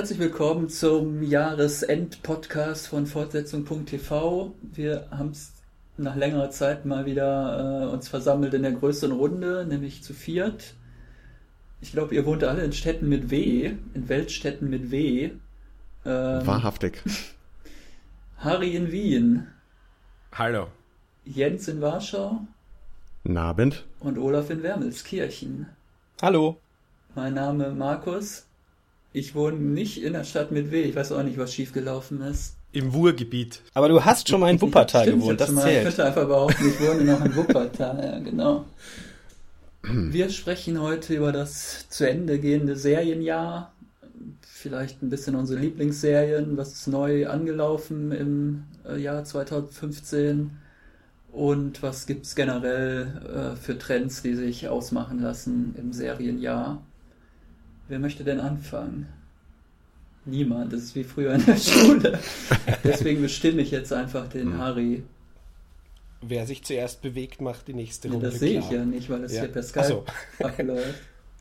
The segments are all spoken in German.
Herzlich willkommen zum Jahresend-Podcast von Fortsetzung.tv. Wir haben es nach längerer Zeit mal wieder uns versammelt in der größeren Runde, nämlich zu viert. Ich glaube, ihr wohnt alle in Städten mit W, in Weltstädten mit W. Wahrhaftig. Harry in Wien. Hallo. Jens in Warschau. Guten Abend. Und Olaf in Wermelskirchen. Hallo. Mein Name Markus. Ich wohne nicht in der Stadt mit W. Ich weiß auch nicht, was schiefgelaufen ist. Im Ruhrgebiet. Aber du hast schon mal in Wuppertal gewohnt, das zählt. Ich könnte einfach behaupten, ich wohne noch in Wuppertal, ja, genau. Wir sprechen heute über das zu Ende gehende Serienjahr. Vielleicht ein bisschen unsere Lieblingsserien, was ist neu angelaufen im Jahr 2015 und was gibt es generell für Trends, die sich ausmachen lassen im Serienjahr. Wer möchte denn anfangen? Niemand, das ist wie früher in der Schule. Deswegen bestimme ich jetzt einfach den Harry. Wer sich zuerst bewegt, macht die nächste Runde. Das sehe ich ja nicht, weil es hier per Skype abläuft.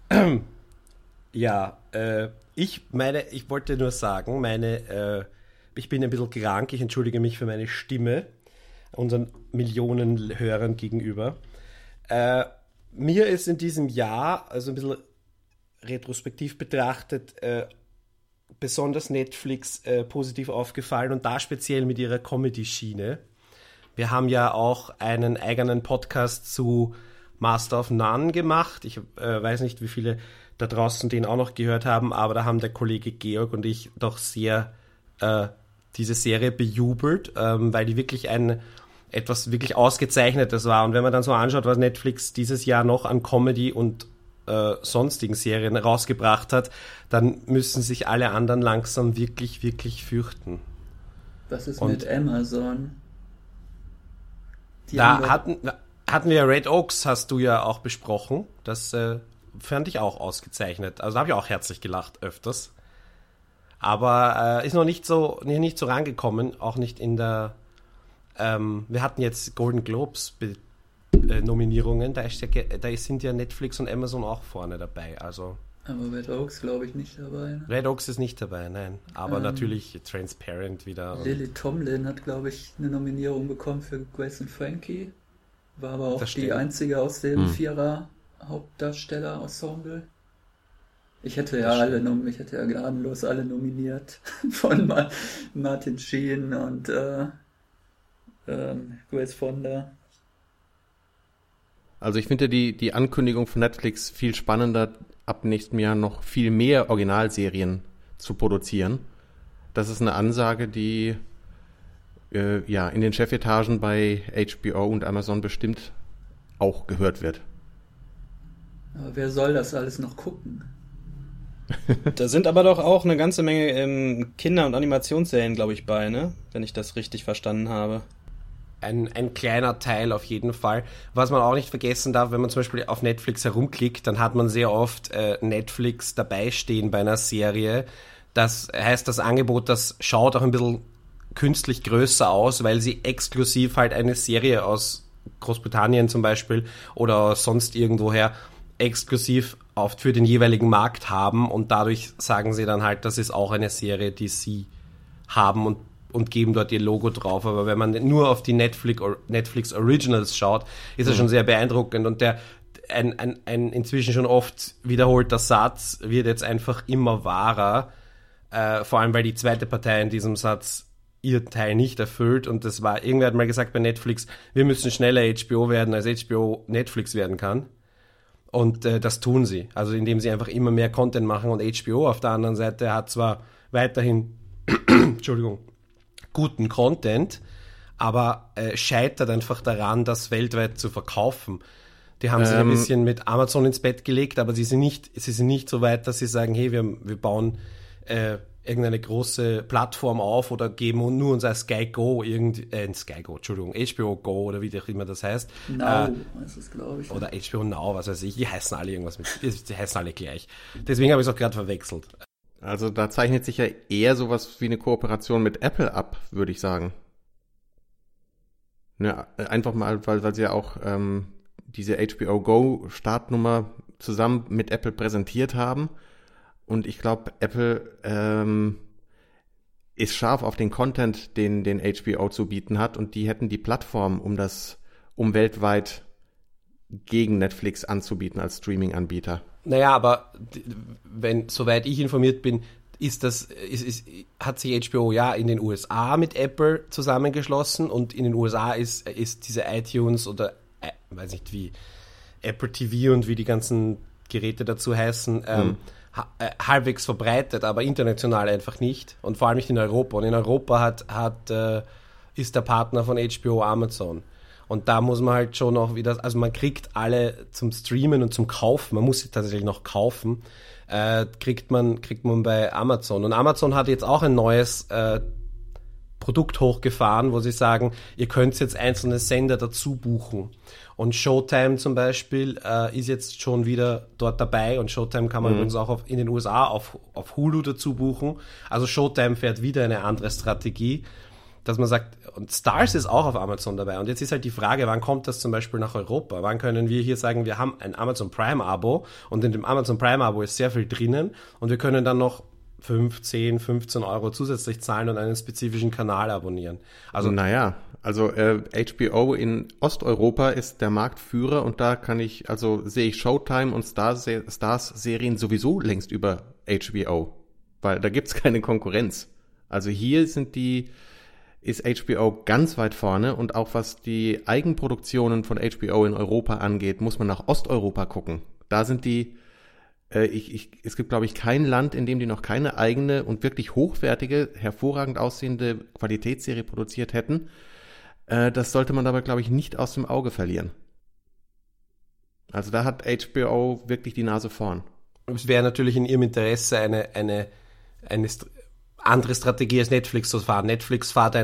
Ja, ich wollte nur sagen, ich bin ein bisschen krank, ich entschuldige mich für meine Stimme, unseren Millionen Hörern gegenüber. Mir ist in diesem Jahr, also ein bisschen retrospektiv betrachtet, besonders Netflix positiv aufgefallen und da speziell mit ihrer Comedy-Schiene. Wir haben ja auch einen eigenen Podcast zu Master of None gemacht. Ich weiß nicht, wie viele da draußen den auch noch gehört haben, aber da haben der Kollege Georg und ich doch sehr diese Serie bejubelt, weil die wirklich etwas wirklich Ausgezeichnetes war. Und wenn man dann so anschaut, was Netflix dieses Jahr noch an Comedy und sonstigen Serien rausgebracht hat, dann müssen sich alle anderen langsam wirklich, wirklich fürchten. Was ist mit Amazon? Hatten wir Red Oaks, hast du ja auch besprochen. Das fand ich auch ausgezeichnet. Also da habe ich auch herzlich gelacht öfters. Aber ist noch nicht so rangekommen, auch nicht in der wir hatten jetzt Golden Globes Nominierungen, da sind ja Netflix und Amazon auch vorne dabei. Also. Aber Red Oaks glaube ich nicht dabei. Red Oaks ist nicht dabei, nein. Aber natürlich Transparent wieder. Lily Tomlin hat, glaube ich, eine Nominierung bekommen für Grace and Frankie. War aber auch die einzige aus dem Vierer-Hauptdarsteller-Ensemble. Ich hätte ja gnadenlos alle nominiert. Von Martin Sheen und Grace Fonda. Also ich finde die Ankündigung von Netflix viel spannender, ab nächstem Jahr noch viel mehr Originalserien zu produzieren. Das ist eine Ansage, die in den Chefetagen bei HBO und Amazon bestimmt auch gehört wird. Aber wer soll das alles noch gucken? Da sind aber doch auch eine ganze Menge Kinder- und Animationsserien, glaube ich, bei, ne? Wenn ich das richtig verstanden habe. Ein kleiner Teil auf jeden Fall. Was man auch nicht vergessen darf, wenn man zum Beispiel auf Netflix herumklickt, dann hat man sehr oft Netflix dabei stehen bei einer Serie. Das heißt, das Angebot, das schaut auch ein bisschen künstlich größer aus, weil sie exklusiv halt eine Serie aus Großbritannien zum Beispiel oder sonst irgendwoher exklusiv für den jeweiligen Markt haben und dadurch sagen sie dann halt, das ist auch eine Serie, die sie haben und geben dort ihr Logo drauf. Aber wenn man nur auf die Netflix Originals schaut, ist das schon sehr beeindruckend. Und ein inzwischen schon oft wiederholter Satz wird jetzt einfach immer wahrer. Vor allem, weil die zweite Partei in diesem Satz ihr Teil nicht erfüllt. Und das war, irgendwer hat mal gesagt bei Netflix, wir müssen schneller HBO werden, als HBO Netflix werden kann. Und das tun sie. Also indem sie einfach immer mehr Content machen. Und HBO auf der anderen Seite hat zwar weiterhin guten Content, aber scheitert einfach daran, das weltweit zu verkaufen. Die haben sich ein bisschen mit Amazon ins Bett gelegt, aber sie sind nicht so weit, dass sie sagen, hey, wir bauen irgendeine große Plattform auf oder geben nur unser HBO Go oder wie auch immer das heißt. Now heißt es, glaube ich. Oder HBO Now, was weiß ich. Die heißen alle die heißen alle gleich. Deswegen habe ich es auch gerade verwechselt. Also da zeichnet sich ja eher sowas wie eine Kooperation mit Apple ab, würde ich sagen. Ja, einfach mal, weil sie ja auch diese HBO Go Startnummer zusammen mit Apple präsentiert haben. Und ich glaube, Apple ist scharf auf den Content, den HBO zu bieten hat, und die hätten die Plattform, um weltweit gegen Netflix anzubieten als Streaming-Anbieter. Naja, aber soweit ich informiert bin, hat sich HBO ja in den USA mit Apple zusammengeschlossen, und in den USA ist diese iTunes oder weiß nicht wie Apple TV und wie die ganzen Geräte dazu heißen, halbwegs verbreitet, aber international einfach nicht, und vor allem nicht in Europa. Und in Europa ist der Partner von HBO Amazon. Und da muss man halt schon auch wieder, also man kriegt alle zum Streamen und zum Kaufen, man muss sie tatsächlich noch kaufen, kriegt man bei Amazon. Und Amazon hat jetzt auch ein neues Produkt hochgefahren, wo sie sagen, ihr könnt jetzt einzelne Sender dazu buchen. Und Showtime zum Beispiel ist jetzt schon wieder dort dabei, und Showtime kann man übrigens auch in den USA auf Hulu dazu buchen. Also Showtime fährt wieder eine andere Strategie, dass man sagt, und Starz ist auch auf Amazon dabei. Und jetzt ist halt die Frage, wann kommt das zum Beispiel nach Europa? Wann können wir hier sagen, wir haben ein Amazon Prime-Abo, und in dem Amazon Prime-Abo ist sehr viel drinnen, und wir können dann noch 15 Euro zusätzlich zahlen und einen spezifischen Kanal abonnieren. Also HBO in Osteuropa ist der Marktführer, und da sehe ich Showtime und Stars-Serien sowieso längst über HBO, weil da gibt's keine Konkurrenz. Also hier ist HBO ganz weit vorne, und auch was die Eigenproduktionen von HBO in Europa angeht, muss man nach Osteuropa gucken. Da sind es gibt, glaube ich, kein Land, in dem die noch keine eigene und wirklich hochwertige, hervorragend aussehende Qualitätsserie produziert hätten. Das sollte man dabei, glaube ich, nicht aus dem Auge verlieren. Also da hat HBO wirklich die Nase vorn. Es wäre natürlich in ihrem Interesse eine andere Strategie als Netflix zu fahren. Netflix fährt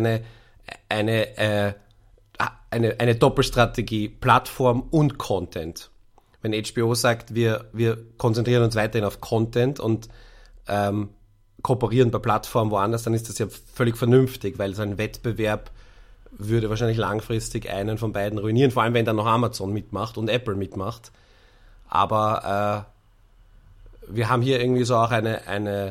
eine Doppelstrategie, Plattform und Content. Wenn HBO sagt, wir konzentrieren uns weiterhin auf Content und kooperieren bei Plattformen woanders, dann ist das ja völlig vernünftig, weil so ein Wettbewerb würde wahrscheinlich langfristig einen von beiden ruinieren, vor allem wenn dann noch Amazon mitmacht und Apple mitmacht. Aber wir haben hier irgendwie so auch eine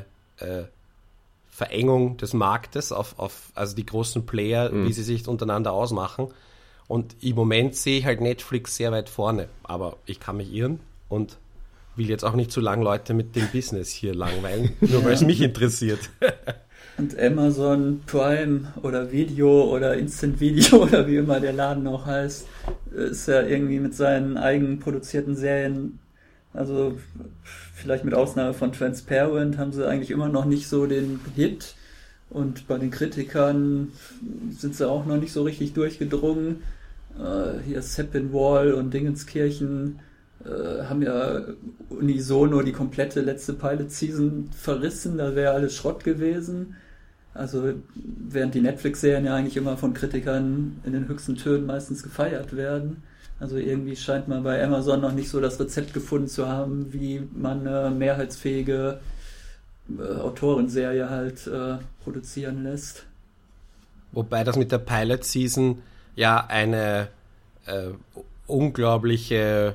Verengung des Marktes also die großen Player, wie sie sich untereinander ausmachen. Und im Moment sehe ich halt Netflix sehr weit vorne. Aber ich kann mich irren und will jetzt auch nicht zu lange Leute mit dem Business hier langweilen, nur weil es mich interessiert. Und Amazon Prime oder Video oder Instant Video oder wie immer der Laden auch heißt, ist ja irgendwie mit seinen eigenproduzierten Serien, also vielleicht mit Ausnahme von Transparent, haben sie eigentlich immer noch nicht so den Hit. Und bei den Kritikern sind sie auch noch nicht so richtig durchgedrungen. Hier Seppenwall und Dingenskirchen haben ja unisono die komplette letzte Pilot-Season verrissen. Da wäre alles Schrott gewesen. Also während die Netflix-Serien ja eigentlich immer von Kritikern in den höchsten Tönen meistens gefeiert werden. Also irgendwie scheint man bei Amazon noch nicht so das Rezept gefunden zu haben, wie man eine mehrheitsfähige Autorenserie halt produzieren lässt. Wobei das mit der Pilot-Season ja einen unglaublichen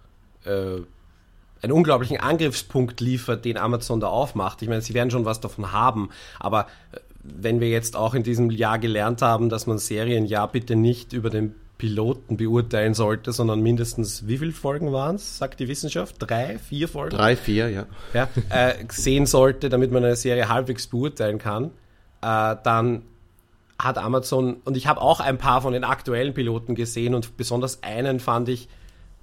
Angriffspunkt liefert, den Amazon da aufmacht. Ich meine, sie werden schon was davon haben, aber wenn wir jetzt auch in diesem Jahr gelernt haben, dass man Serien ja bitte nicht über den Piloten beurteilen sollte, sondern mindestens, wie viele Folgen waren es, sagt die Wissenschaft? 3, 4 Folgen? 3, 4, ja. Sehen sollte, damit man eine Serie halbwegs beurteilen kann, dann hat Amazon, und ich habe auch ein paar von den aktuellen Piloten gesehen, und besonders einen fand ich,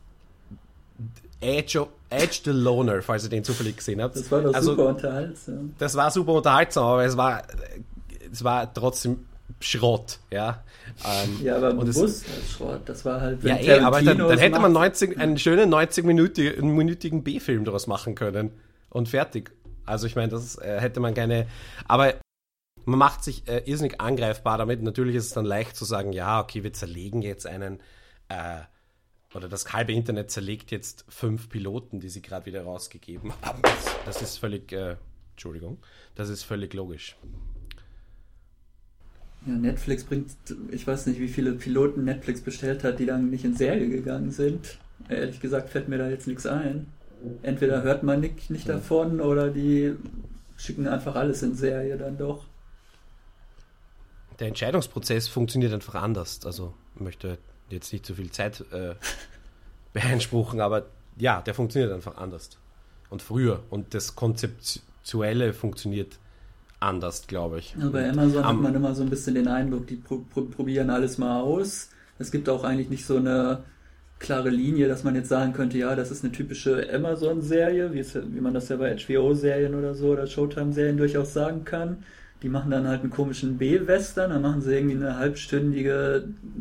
Edge the Loner, falls ihr den zufällig gesehen habt. Das war doch super unterhaltsam. Das war super unterhaltsam, aber es war trotzdem Schrott, ja. Ja, aber bewusst Schrott, das war halt... Ja, aber dann hätte man einen schönen 90-minütigen B-Film daraus machen können und fertig. Also ich meine, das hätte man gerne... Aber man macht sich irrsinnig angreifbar damit. Natürlich ist es dann leicht zu sagen, ja, okay, wir zerlegen jetzt oder das halbe Internet zerlegt jetzt 5 Piloten, die sie gerade wieder rausgegeben haben. Das ist völlig... das ist völlig logisch. Ja, Netflix bringt, ich weiß nicht, wie viele Piloten Netflix bestellt hat, die dann nicht in Serie gegangen sind. Ehrlich gesagt fällt mir da jetzt nichts ein. entweder hört man nicht davon oder die schicken einfach alles in Serie dann doch. Der Entscheidungsprozess funktioniert einfach anders. Also ich möchte jetzt nicht zu viel Zeit beanspruchen, aber ja, der funktioniert einfach anders. Und früher. Und das Konzeptuelle funktioniert anders, glaube ich. Also bei Amazon hat man immer so ein bisschen den Eindruck, die probieren alles mal aus. Es gibt auch eigentlich nicht so eine klare Linie, dass man jetzt sagen könnte, ja, das ist eine typische Amazon-Serie, wie man das ja bei HBO-Serien oder so oder Showtime-Serien durchaus sagen kann. Die machen dann halt einen komischen B-Western, dann machen sie irgendwie eine halbstündige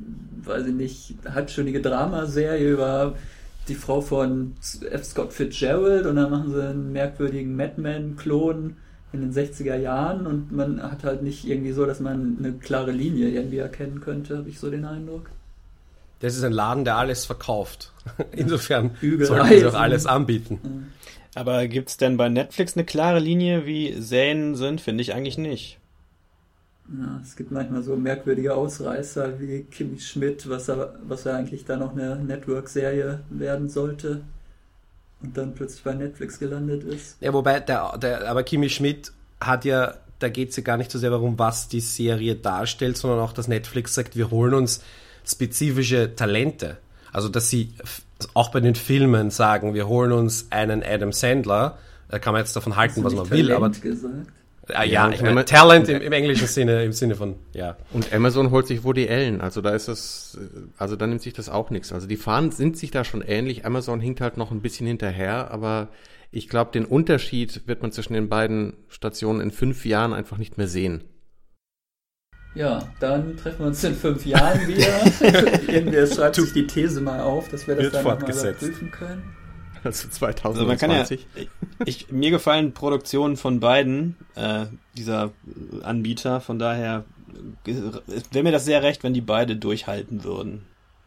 Dramaserie über die Frau von F. Scott Fitzgerald und dann machen sie einen merkwürdigen Mad Men-Klon in den 60er Jahren und man hat halt nicht irgendwie so, dass man eine klare Linie irgendwie erkennen könnte, habe ich so den Eindruck. Das ist ein Laden, der alles verkauft. Insofern Bügel, sollten Reisen. sie auch alles anbieten. Ja. Aber gibt's denn bei Netflix eine klare Linie, wie Serien sind? Finde ich eigentlich nicht. Ja, es gibt manchmal so merkwürdige Ausreißer wie Kimmy Schmidt, was ja eigentlich dann noch eine Network-Serie werden sollte und dann plötzlich bei Netflix gelandet ist. Ja, wobei, aber Kimmy Schmidt hat ja, da geht es ja gar nicht so sehr darum, was die Serie darstellt, sondern auch, dass Netflix sagt, wir holen uns spezifische Talente. Also, dass sie auch bei den Filmen sagen, wir holen uns einen Adam Sandler, da kann man jetzt davon halten, was man will, aber... Gesagt? Ja, ich meine, Talent im englischen Sinne, im Sinne von, ja. Und Amazon holt sich Woody Allen, also da nimmt sich das auch nichts. Also die sind sich da schon ähnlich, Amazon hinkt halt noch ein bisschen hinterher, aber ich glaube, den Unterschied wird man zwischen den beiden Stationen in 5 Jahren einfach nicht mehr sehen. Ja, dann treffen wir uns in 5 Jahren wieder. Irgendwer schreibt sich die These mal auf, dass wir das dann nochmal überprüfen können. Also 2020. Also man kann ja, mir gefallen Produktionen von beiden dieser Anbieter, von daher wäre mir das sehr recht, wenn die beide durchhalten würden.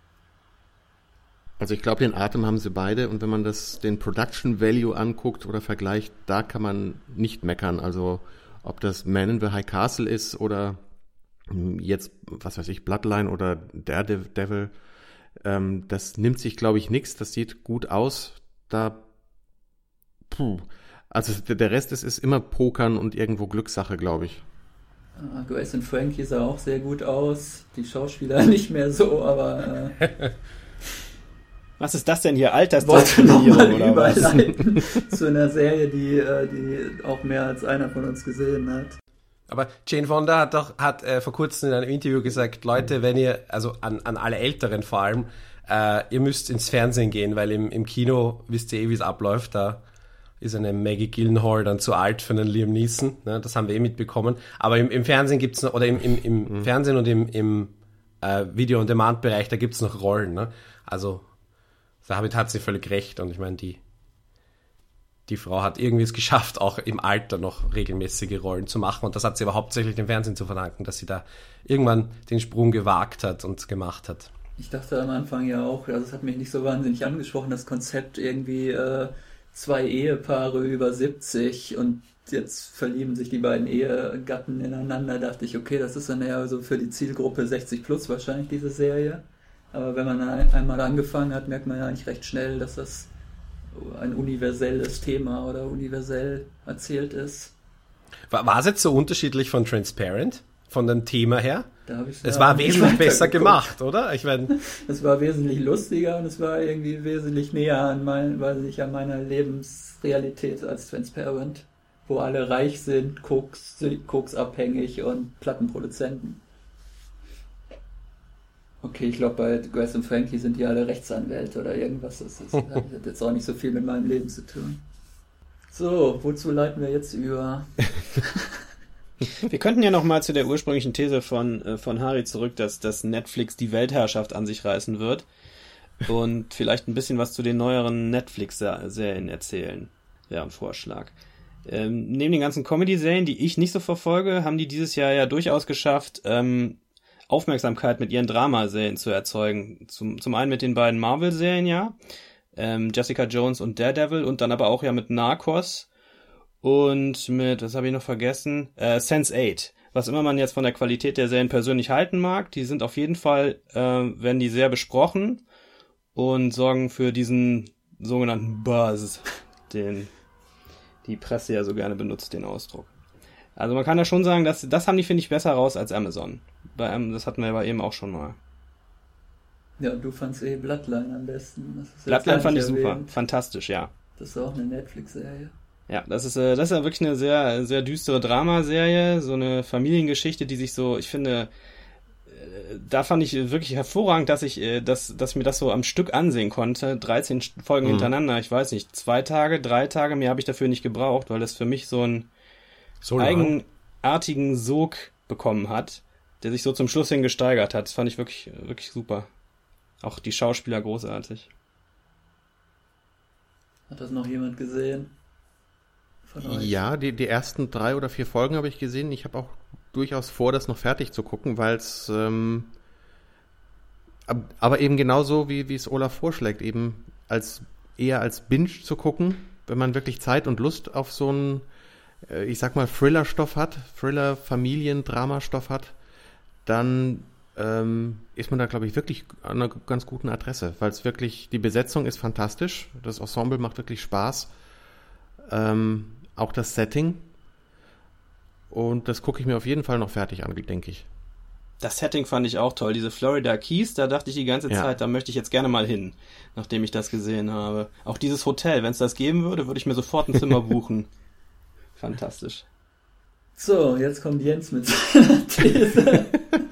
Also ich glaube, den Atem haben sie beide und wenn man den Production Value anguckt oder vergleicht, da kann man nicht meckern. Also ob das Man in the High Castle ist oder jetzt, was weiß ich, Bloodline oder Daredevil, das nimmt sich, glaube ich, nichts. Das sieht gut aus. Also der Rest ist immer Pokern und irgendwo Glückssache, glaube ich. Grace und Frankie sah auch sehr gut aus. Die Schauspieler nicht mehr so, aber... Was ist das denn hier? Altersdiskriminierung oder was? Überleiten zu einer Serie, die auch mehr als einer von uns gesehen hat. Aber Jane Fonda hat vor kurzem in einem Interview gesagt, Leute, wenn ihr, also an alle Älteren vor allem, ihr müsst ins Fernsehen gehen, weil im Kino wisst ihr wie es abläuft, da ist eine Maggie Gyllenhaal dann zu alt für einen Liam Neeson, ne? Das haben wir mitbekommen. Aber im Fernsehen gibt's noch, oder im Fernsehen und im Video-on-Demand-Bereich, da gibt's noch Rollen, ne? Also damit hat sie völlig recht und ich meine, die Frau hat irgendwie es geschafft, auch im Alter noch regelmäßige Rollen zu machen und das hat sie aber hauptsächlich dem Fernsehen zu verdanken, dass sie da irgendwann den Sprung gewagt hat und gemacht hat. Ich dachte am Anfang ja auch, also es hat mich nicht so wahnsinnig angesprochen, das Konzept irgendwie 2 Ehepaare über 70 und jetzt verlieben sich die beiden Ehegatten ineinander, dachte ich, okay, das ist dann eher so für die Zielgruppe 60 plus wahrscheinlich diese Serie. Aber wenn man dann einmal angefangen hat, merkt man ja eigentlich recht schnell, dass das ein universelles Thema oder universell erzählt ist. War es jetzt so unterschiedlich von Transparent, von dem Thema her? Es war wesentlich wesentlich besser gemacht, oder? Ich meine, es war wesentlich lustiger und es war irgendwie wesentlich näher an meiner Lebensrealität als Transparent, wo alle reich sind, koksabhängig und Plattenproduzenten. Okay, ich glaube, bei Grace und Frankie sind die alle Rechtsanwälte oder irgendwas. Das hat jetzt auch nicht so viel mit meinem Leben zu tun. So, wozu leiten wir jetzt über? Wir könnten ja nochmal zu der ursprünglichen These von Harry zurück, dass Netflix die Weltherrschaft an sich reißen wird und vielleicht ein bisschen was zu den neueren Netflix-Serien erzählen. Wäre ein Vorschlag. Neben den ganzen Comedy-Serien, die ich nicht so verfolge, haben die dieses Jahr ja durchaus geschafft, Aufmerksamkeit mit ihren Dramaserien zu erzeugen. Zum einen mit den beiden Marvel-Serien, ja, Jessica Jones und Daredevil und dann aber auch ja mit Narcos und mit, was habe ich noch vergessen, Sense8. Was immer man jetzt von der Qualität der Serien persönlich halten mag, die sind auf jeden Fall, werden die sehr besprochen und sorgen für diesen sogenannten Buzz. den die Presse ja so gerne benutzt, den Ausdruck. Also man kann ja schon sagen, dass das haben die, finde ich, besser raus als Amazon. Das hatten wir aber eben auch schon mal. Ja, und du fandst Bloodline am besten. Bloodline fand ich super. Fantastisch, ja. Das ist auch eine Netflix-Serie. Ja, das ist ja wirklich eine sehr, sehr düstere Dramaserie. So eine Familiengeschichte, die sich so, ich finde, da fand ich wirklich hervorragend, dass ich mir das so am Stück ansehen konnte. 13 Folgen hintereinander. Ich weiß nicht, 2 Tage, 3 Tage, mehr habe ich dafür nicht gebraucht, weil das für mich so einen eigenartigen Sog bekommen hat, der sich so zum Schluss hin gesteigert hat. Das fand ich wirklich, wirklich super. Auch die Schauspieler großartig. Hat das noch jemand gesehen? Von euch? Ja, die ersten 3 oder 4 Folgen habe ich gesehen. Ich habe auch durchaus vor, das noch fertig zu gucken, weil es aber eben genauso, wie es Olaf vorschlägt, eben eher als Binge zu gucken, wenn man wirklich Zeit und Lust auf so einen, ich sag mal, Thriller-Stoff hat, Thriller-Familien-Drama-Stoff hat, dann ist man da, glaube ich, wirklich an einer ganz guten Adresse, weil es wirklich, die Besetzung ist fantastisch, das Ensemble macht wirklich Spaß, auch das Setting, und das gucke ich mir auf jeden Fall noch fertig an, denke ich. Das Setting fand ich auch toll, diese Florida Keys, da dachte ich die ganze Zeit, da möchte ich jetzt gerne mal hin, nachdem ich das gesehen habe. Auch dieses Hotel, wenn es das geben würde, würde ich mir sofort ein Zimmer buchen. Fantastisch. So, jetzt kommt Jens mit seiner These.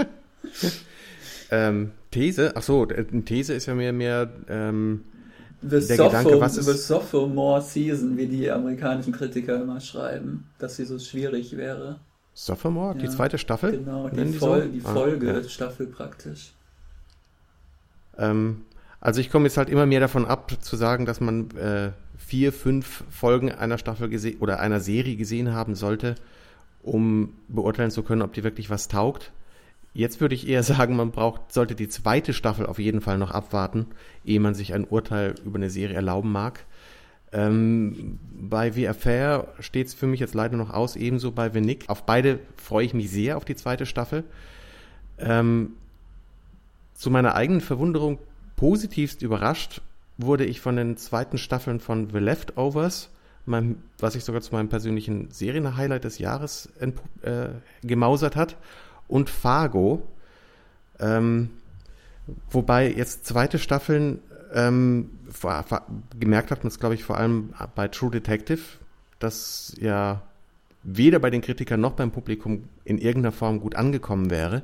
These? Achso, These ist ja mehr The Gedanke, was ist... The Sophomore Season, wie die amerikanischen Kritiker immer schreiben, dass sie so schwierig wäre. Sophomore? Ja, die zweite Staffel? Genau, die Folgestaffel praktisch. Also ich komme jetzt halt immer mehr davon ab, zu sagen, dass man 4, 5 Folgen einer Staffel oder einer Serie gesehen haben sollte, um beurteilen zu können, ob die wirklich was taugt. Jetzt würde ich eher sagen, sollte die zweite Staffel auf jeden Fall noch abwarten, ehe man sich ein Urteil über eine Serie erlauben mag. Bei The Affair steht es für mich jetzt leider noch aus, ebenso bei The Nick. Auf beide freue ich mich sehr, auf die zweite Staffel. Zu meiner eigenen Verwunderung positivst überrascht wurde ich von den zweiten Staffeln von The Leftovers, was sich sogar zu meinem persönlichen Serienhighlight des Jahres gemausert hat, und Fargo. Wobei jetzt zweite Staffeln gemerkt hat man es, glaube ich, vor allem bei True Detective, dass ja weder bei den Kritikern noch beim Publikum in irgendeiner Form gut angekommen wäre.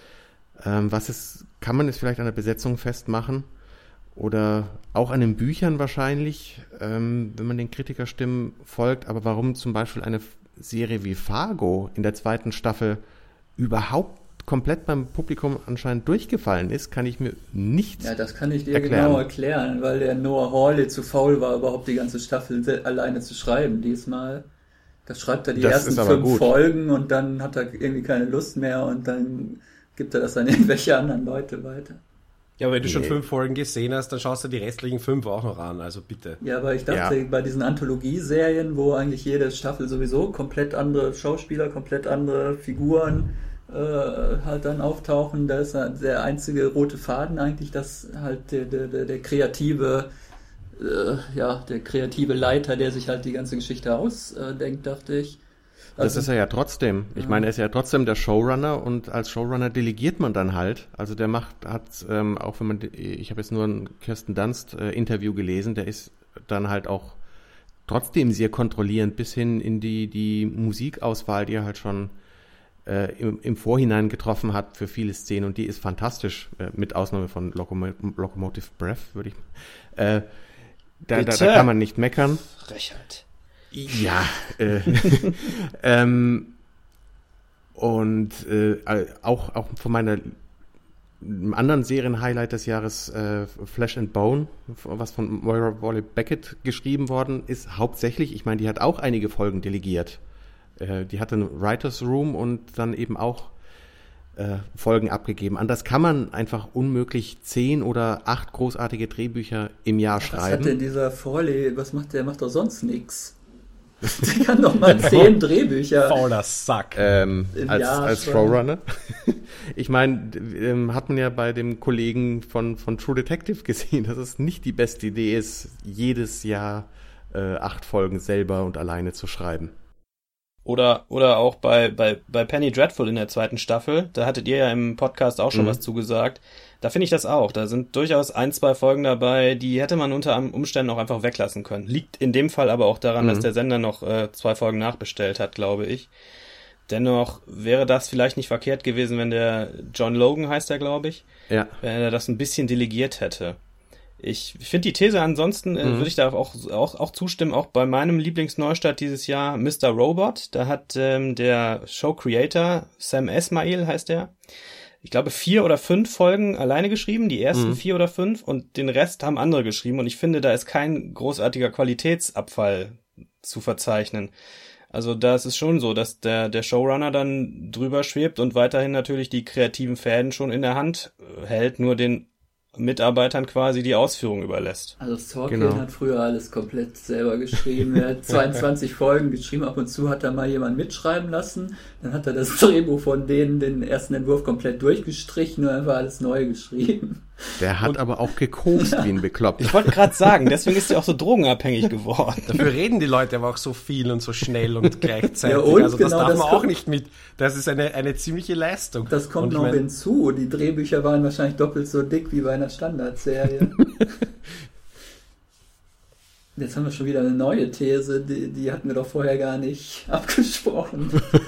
Kann man es vielleicht an der Besetzung festmachen oder auch an den Büchern wahrscheinlich, wenn man den Kritikerstimmen folgt, aber warum zum Beispiel eine Serie wie Fargo in der zweiten Staffel überhaupt komplett beim Publikum anscheinend durchgefallen ist, kann ich mir nicht erklären. Ja, das kann ich dir genau erklären, weil der Noah Hawley zu faul war, überhaupt die ganze Staffel alleine zu schreiben diesmal. Das schreibt er die ersten 5 Folgen und dann hat er irgendwie keine Lust mehr und dann gibt er das an irgendwelche anderen Leute weiter. Ja, aber wenn du schon 5 Folgen gesehen hast, dann schaust du die restlichen 5 auch noch an, also bitte. Ja, aber ich dachte, bei diesen Anthologieserien, wo eigentlich jede Staffel sowieso komplett andere Schauspieler, komplett andere Figuren halt dann auftauchen, da ist der einzige rote Faden eigentlich, dass halt der kreative der kreative Leiter, der sich halt die ganze Geschichte ausdenkt, dachte ich. Also, das ist er ja trotzdem. Ich meine, er ist ja trotzdem der Showrunner und als Showrunner delegiert man dann halt. Also der auch wenn ich habe jetzt nur ein Kirsten Dunst Interview gelesen, der ist dann halt auch trotzdem sehr kontrollierend bis hin in die Musikauswahl, die er halt schon im Vorhinein getroffen hat für viele Szenen, und die ist fantastisch, mit Ausnahme von Locomotive Breath, würde ich da kann man nicht meckern. Frechheit. Ja, und auch von meiner anderen Serien-Highlight des Jahres, Flesh and Bone, was von Moira Walley-Beckett geschrieben worden ist, hauptsächlich, ich meine, die hat auch einige Folgen delegiert. Die hatte einen Writers Room und dann eben auch Folgen abgegeben. Anders kann man einfach unmöglich 10 oder 8 großartige Drehbücher im Jahr schreiben. Was hat denn dieser Forley, der macht doch sonst nichts. Der kann doch mal 10 Drehbücher. Fauler Sack. Als Showrunner. Ich meine, hat man ja bei dem Kollegen von True Detective gesehen, dass es nicht die beste Idee ist, jedes Jahr 8 Folgen selber und alleine zu schreiben. Oder auch bei Penny Dreadful in der 2. Staffel, da hattet ihr ja im Podcast auch schon was zugesagt. Da finde ich das auch. Da sind durchaus 1, 2 Folgen dabei, die hätte man unter Umständen auch einfach weglassen können. Liegt in dem Fall aber auch daran, dass der Sender noch 2 Folgen nachbestellt hat, glaube ich. Dennoch wäre das vielleicht nicht verkehrt gewesen, wenn der John Logan, heißt er, glaube ich, wenn er das ein bisschen delegiert hätte. Ich finde die These ansonsten, würde ich da auch zustimmen, auch bei meinem Lieblingsneustart dieses Jahr, Mr. Robot. Da hat der Show-Creator, Sam Esmail heißt er, ich glaube 4 oder 5 Folgen alleine geschrieben, die ersten 4 oder 5, und den Rest haben andere geschrieben. Und ich finde, da ist kein großartiger Qualitätsabfall zu verzeichnen. Also da ist es schon so, dass der Showrunner dann drüber schwebt und weiterhin natürlich die kreativen Fäden schon in der Hand hält, nur den Mitarbeitern quasi die Ausführung überlässt. Also Sorkin hat früher alles komplett selber geschrieben. Er hat 22 Folgen geschrieben, ab und zu hat er mal jemanden mitschreiben lassen. Dann hat er das Drehbuch von denen, den ersten Entwurf komplett durchgestrichen und einfach alles neu geschrieben. Der hat aber auch gekokst wie ein Bekloppt. Ich wollte gerade sagen, deswegen ist er auch so drogenabhängig geworden. Dafür reden die Leute aber auch so viel und so schnell und gleichzeitig. Ja, und also das genau, darf das man auch nicht mit. Das ist eine ziemliche Leistung. Das kommt noch hinzu. Die Drehbücher waren wahrscheinlich doppelt so dick wie bei einer Standardserie. Jetzt haben wir schon wieder eine neue These, die hatten wir doch vorher gar nicht abgesprochen.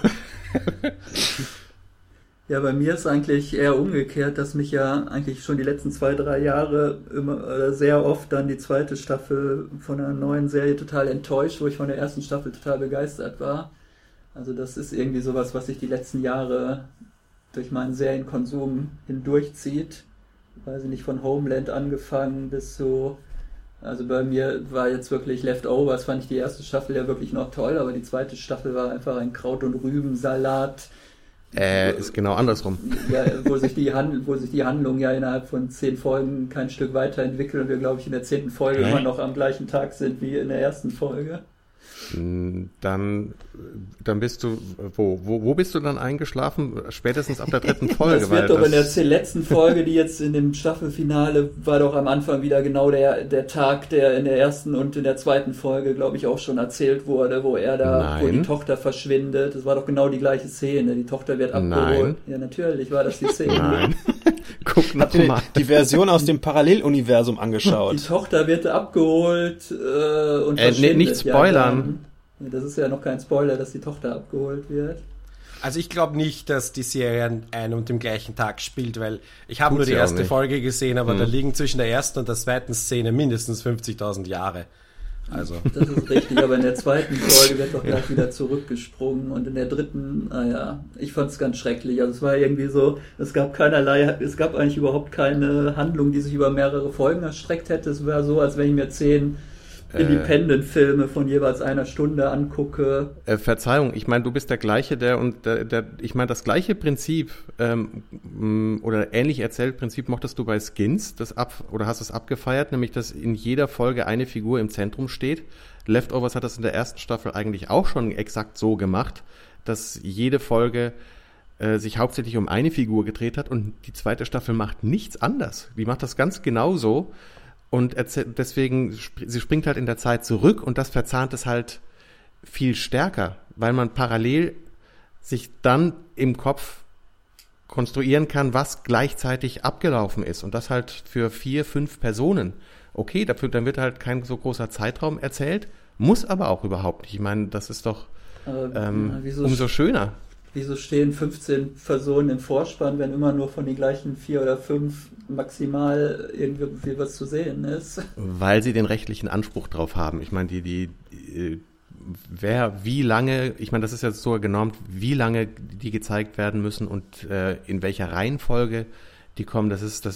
Ja, bei mir ist eigentlich eher umgekehrt, dass mich ja eigentlich schon die letzten 2, 3 Jahre immer sehr oft dann die 2. Staffel von einer neuen Serie total enttäuscht, wo ich von der 1. Staffel total begeistert war. Also das ist irgendwie sowas, was sich die letzten Jahre durch meinen Serienkonsum hindurchzieht. Weiß ich nicht, von Homeland angefangen bis so. Also bei mir war jetzt wirklich Leftovers, fand ich die 1. Staffel ja wirklich noch toll, aber die 2. Staffel war einfach ein Kraut- und Rübensalat. Ist genau andersrum. Ja, wo sich die Handlung ja innerhalb von 10 Folgen kein Stück weiterentwickelt und wir, glaube ich, in der 10. Folge immer noch am gleichen Tag sind wie in der 1. Folge. Dann bist du, wo bist du dann eingeschlafen? Spätestens ab der 3. Folge. Das wird doch in der letzten Folge, die jetzt in dem Staffelfinale war, doch am Anfang wieder genau der Tag, der in der 1. und in der 2. Folge, glaube ich, auch schon erzählt wurde, wo wo die Tochter verschwindet. Das war doch genau die gleiche Szene. Die Tochter wird abgeholt. Ja, natürlich war das die Szene. Nein. Guck noch mal. Die Version aus dem Paralleluniversum angeschaut. Die Tochter wird abgeholt und verschwindet. Nicht spoilern. Ja, das ist ja noch kein Spoiler, dass die Tochter abgeholt wird. Also ich glaube nicht, dass die Serie an einem und dem gleichen Tag spielt, weil ich habe nur die erste Folge gesehen, aber da liegen zwischen der 1. und der 2. Szene mindestens 50.000 Jahre. Also. Das ist richtig, aber in der 2. Folge wird doch gleich wieder zurückgesprungen und in der 3., ich fand es ganz schrecklich. Also es war irgendwie so, es gab eigentlich überhaupt keine Handlung, die sich über mehrere Folgen erstreckt hätte. Es war so, als wenn ich mir 10 Independent-Filme von jeweils 1 Stunde angucke. Verzeihung, ich meine, du bist der gleiche, ich meine, das gleiche Prinzip oder ähnlich erzählt Prinzip mochtest du bei Skins, oder hast es abgefeiert, nämlich, dass in jeder Folge eine Figur im Zentrum steht. Leftovers hat das in der 1. Staffel eigentlich auch schon exakt so gemacht, dass jede Folge sich hauptsächlich um eine Figur gedreht hat und die 2. Staffel macht nichts anders. Die macht das ganz genau so. Und deswegen, sie springt halt in der Zeit zurück und das verzahnt es halt viel stärker, weil man parallel sich dann im Kopf konstruieren kann, was gleichzeitig abgelaufen ist. Und das halt für 4, 5 Personen. Okay, dann wird halt kein so großer Zeitraum erzählt, muss aber auch überhaupt nicht. Ich meine, das ist doch umso schöner. Wieso stehen 15 Personen im Vorspann, wenn immer nur von den gleichen 4 oder 5 maximal irgendwie was zu sehen ist? Weil sie den rechtlichen Anspruch drauf haben. Ich meine, wie lange, ich meine, das ist jetzt so genormt, wie lange die gezeigt werden müssen und in welcher Reihenfolge die kommen, das ist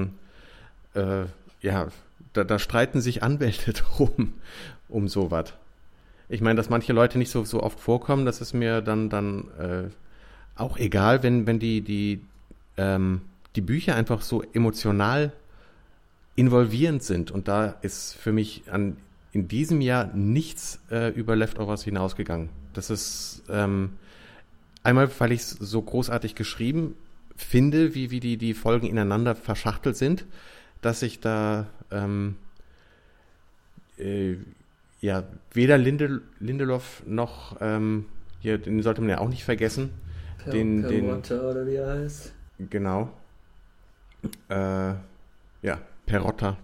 da streiten sich Anwälte drum, um sowas. Ich meine, dass manche Leute nicht so oft vorkommen, das ist mir dann auch egal, wenn die Bücher einfach so emotional involvierend sind. Und da ist für mich in diesem Jahr nichts über Leftovers hinausgegangen. Das ist einmal, weil ich es so großartig geschrieben finde, wie die Folgen ineinander verschachtelt sind, dass ich da ja, weder Lindelof noch, hier, den sollte man ja auch nicht vergessen. Perotta oder wie er heißt. Genau. Ja, Perotta.